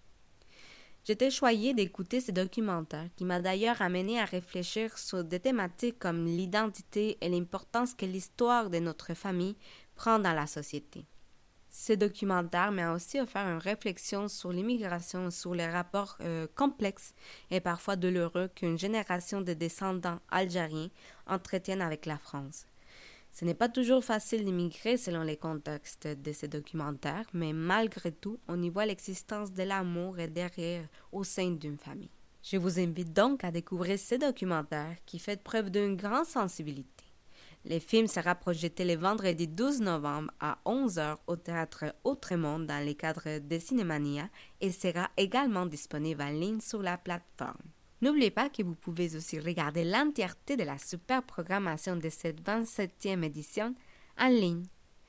J'étais choyée d'écouter ce documentaire qui m'a d'ailleurs amené à réfléchir sur des thématiques comme l'identité et l'importance que l'histoire de notre famille prend dans la société. Ce documentaire m'a aussi offert une réflexion sur l'immigration et sur les rapports euh, complexes et parfois douloureux qu'une génération de descendants algériens entretiennent avec la France. Ce n'est pas toujours facile d'immigrer selon les contextes de ces documentaires, mais malgré tout, on y voit l'existence de l'amour et des rires au sein d'une famille. Je vous invite donc à découvrir ce documentaire qui fait preuve d'une grande sensibilité. Le film sera projeté le vendredi douze novembre à onze heures au Théâtre Autremont dans le cadre de Cinémania et sera également disponible en ligne sur la plateforme. N'oubliez pas que vous pouvez aussi regarder l'entièreté de la super programmation de cette vingt-septième édition en ligne.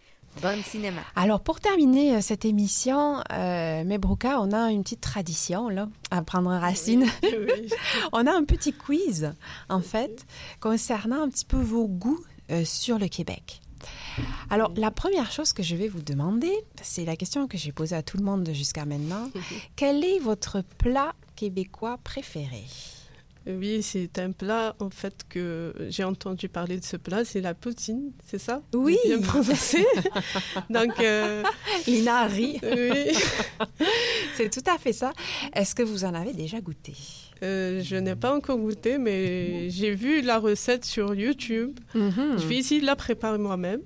Bon cinéma! Alors, pour terminer cette émission, euh, Mebrouka, on a une petite tradition, là, à prendre racine. Oui, oui. On a un petit quiz, en fait, concernant un petit peu vos goûts euh, sur le Québec. Alors, la première chose que je vais vous demander, c'est la question que j'ai posée à tout le monde jusqu'à maintenant. Quel est votre plat québécois préféré? Oui, c'est un plat, en fait, que j'ai entendu parler de ce plat, c'est la poutine, c'est ça? Oui! Bien prononcé. Donc, euh, Lina rit. Oui. C'est tout à fait ça. Est-ce que vous en avez déjà goûté? Euh, je n'ai pas encore goûté, mais j'ai vu la recette sur YouTube. Mm-hmm. Je vais essayer de la préparer moi-même.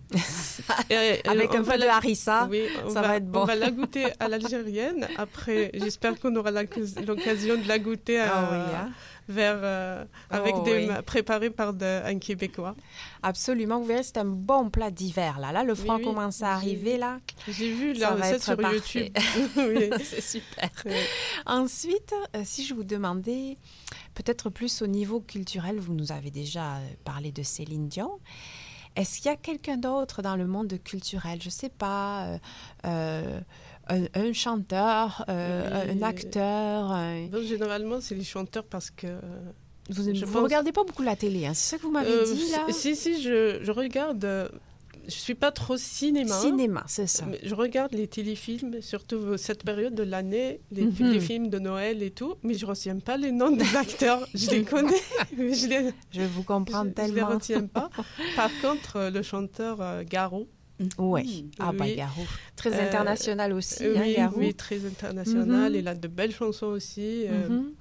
Et, Avec un peu la... de harissa, oui, ça va, va être bon. On va la goûter à l'algérienne. Après, j'espère qu'on aura la... l'occasion de la goûter à... ah, oui, hein? vers, euh, avec oh, des... oui. préparée par de... un Québécois. Absolument, vous verrez, c'est un bon plat d'hiver. Là, là le froid oui, oui. commence à arriver. Là. J'ai vu la ça va recette être sur parfait. YouTube. Oui. C'est super. Oui. Ensuite, euh, si je vous demandais, peut-être plus au niveau culturel, vous nous avez déjà parlé de Céline Dion. Est-ce qu'il y a quelqu'un d'autre dans le monde culturel, je ne sais pas, euh, euh, un, un chanteur, euh, Et- un acteur un- Bon, généralement, c'est les chanteurs parce que... Vous ne je vous pense- regardez pas beaucoup la télé, hein, c'est ça que vous m'avez Euh, dit, là? Si, si, je, je regarde... euh, je suis pas trop cinéma. Cinéma, c'est ça. Mais je regarde les téléfilms, surtout cette période de l'année, les, Mhm. les films de Noël et tout, mais je ne retiens pas les noms des acteurs. Je les connais, mais je les, Je vous comprends je, je les tellement. retiens pas. Par contre, euh, le chanteur euh, Garou, Oui, ah bah Oui. Garou. Très Euh, international aussi, euh, hein, oui, Garou. oui, très international. Mhm. Il a de belles chansons aussi. euh, Mhm.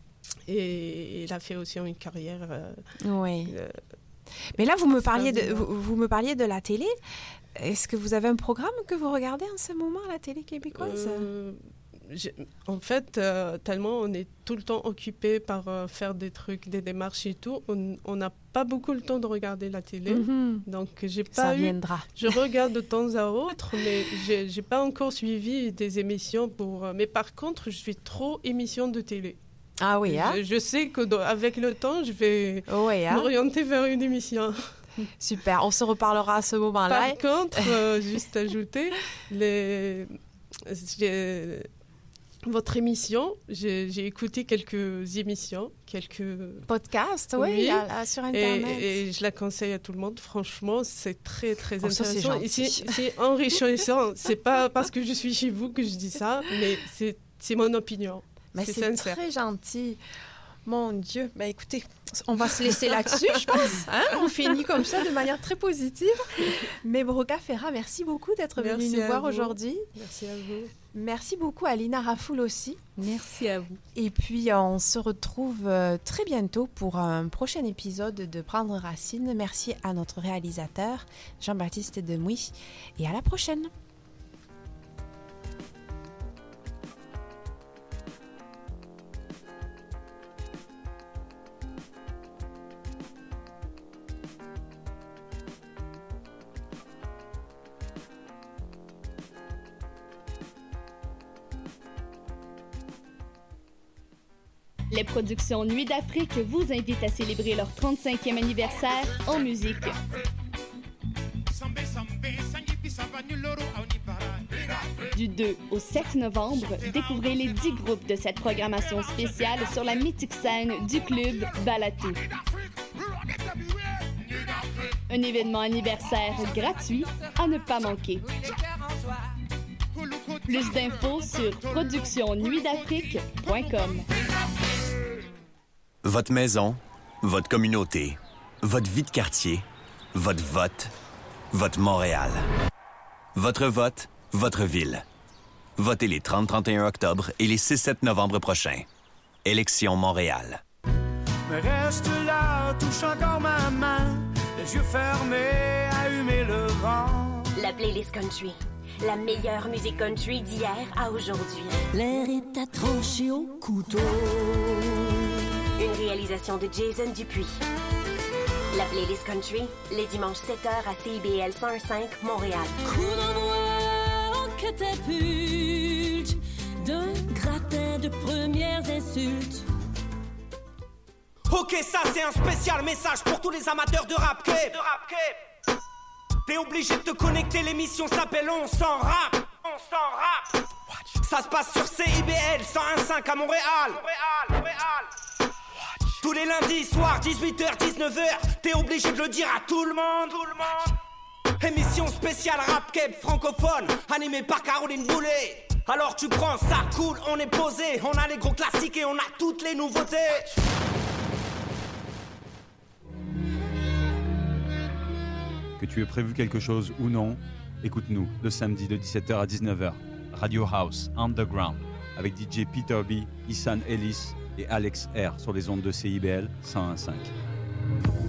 Et il a fait aussi une carrière. euh, Oui. euh, Mais là, vous me parliez de, extraordinaire. vous, vous me parliez de la télé. Est-ce que vous avez un programme que vous regardez en ce moment à la télé québécoise? Euh, j'ai- en fait, euh, tellement on est tout le temps occupé par euh, faire des trucs, des démarches et tout, on on n'a pas beaucoup le temps de regarder la télé. Mhm. Donc, j'ai Ça pas eu. viendra. Je regarde de temps à autre, mais j'ai j'ai pas encore suivi des émissions pour. euh, Mais par contre, je suis trop émission de télé. Ah oui, hein? Je, je sais que dans- avec le temps, je vais Oui, hein? m'orienter vers une émission. Super, on se reparlera à ce moment-là. Par contre, euh, juste ajouter, les... j'ai- votre émission, j'ai j'ai écouté quelques émissions, quelques... Podcast, oui, Oui. à- à- sur Et, Internet. et je la conseille à tout le monde. Franchement, c'est très, très Oh, ça, c'est intéressant. Et gentil. c'est c'est enrichissant. C'est pas parce que je suis chez vous que je dis ça, mais c'est c'est mon opinion. Mais c'est c'est sincère. très gentil. Mon Dieu. Ben écoutez, on va se laisser là-dessus, je pense. Hein? On finit comme ça de manière très positive. Mais Broca Ferra, merci beaucoup d'être venue Merci nous à voir vous. aujourd'hui. Merci à vous. Merci beaucoup à Lina Rafoul aussi. Merci à vous. Et puis, on se retrouve euh, très bientôt pour un prochain épisode de Prendre Racine. Merci à notre réalisateur, Jean-Baptiste Demouy. Et à la prochaine. Les productions Nuit d'Afrique vous invitent à célébrer leur trente-cinquième anniversaire en musique. Du deux au sept novembre, découvrez les dix groupes de cette programmation spéciale sur la mythique scène du club Balatou. Un événement anniversaire gratuit à ne pas manquer. Plus d'infos sur production nuit d'afrique point com. Votre maison, votre communauté, votre vie de quartier, votre vote, votre Montréal. Votre vote, votre ville. Votez les trente trente et un octobre et les six sept novembre prochains. Élection Montréal. Mais reste là, touche encore ma main, les yeux fermés à humer le vent. La playlist country. La meilleure musique country d'hier à aujourd'hui. L'air est à trancher au couteau. Une réalisation de Jason Dupuis. La playlist country, les dimanches sept heures à C I B L cent un virgule cinq Montréal. Coup d'envoi en catapulte d'un gratin de premières insultes. Ok, ça c'est un spécial message pour tous les amateurs de rap cape. De rap cape. T'es obligé de te connecter, l'émission s'appelle On s'en rap. On s'en rap. Ça se passe sur C I B L cent un virgule cinq à Montréal. Montréal, Montréal. Tous les lundis soirs, dix-huit heures, dix-neuf heures. T'es obligé de le dire à tout le monde. Tout le monde. Émission spéciale rap cape francophone, animée par Caroline Boulet. Alors tu prends ça cool, on est posé. On a les gros classiques et on a toutes les nouveautés. Que tu aies prévu quelque chose ou non, écoute-nous le samedi de dix-sept heures à dix-neuf heures. Radio House Underground avec D J Peter B, Isan Ellis et Alex R sur les ondes de C I B L cent un virgule cinq.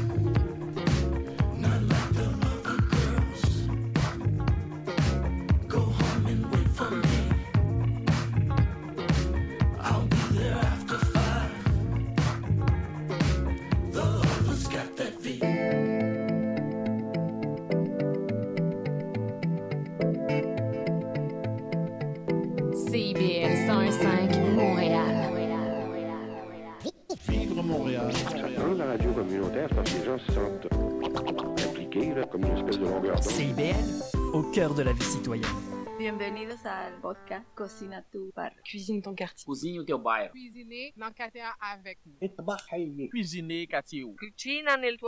C I B L cent un virgule cinq Montréal. Vivre Montréal. Dans la radio communautaire, c'est parce que les gens se sentent impliqués. communiquer, là, comme une espèce de longueur d'onde. C I B L, au cœur de la vie citoyenne. Bienvenidos al podcast Cocina tu Bar. Cuisine ton quartier. Cozinhe o teu bairro. Cuisiner dans quartier avec nous. Cuisiner quartier. Cucina nel tuo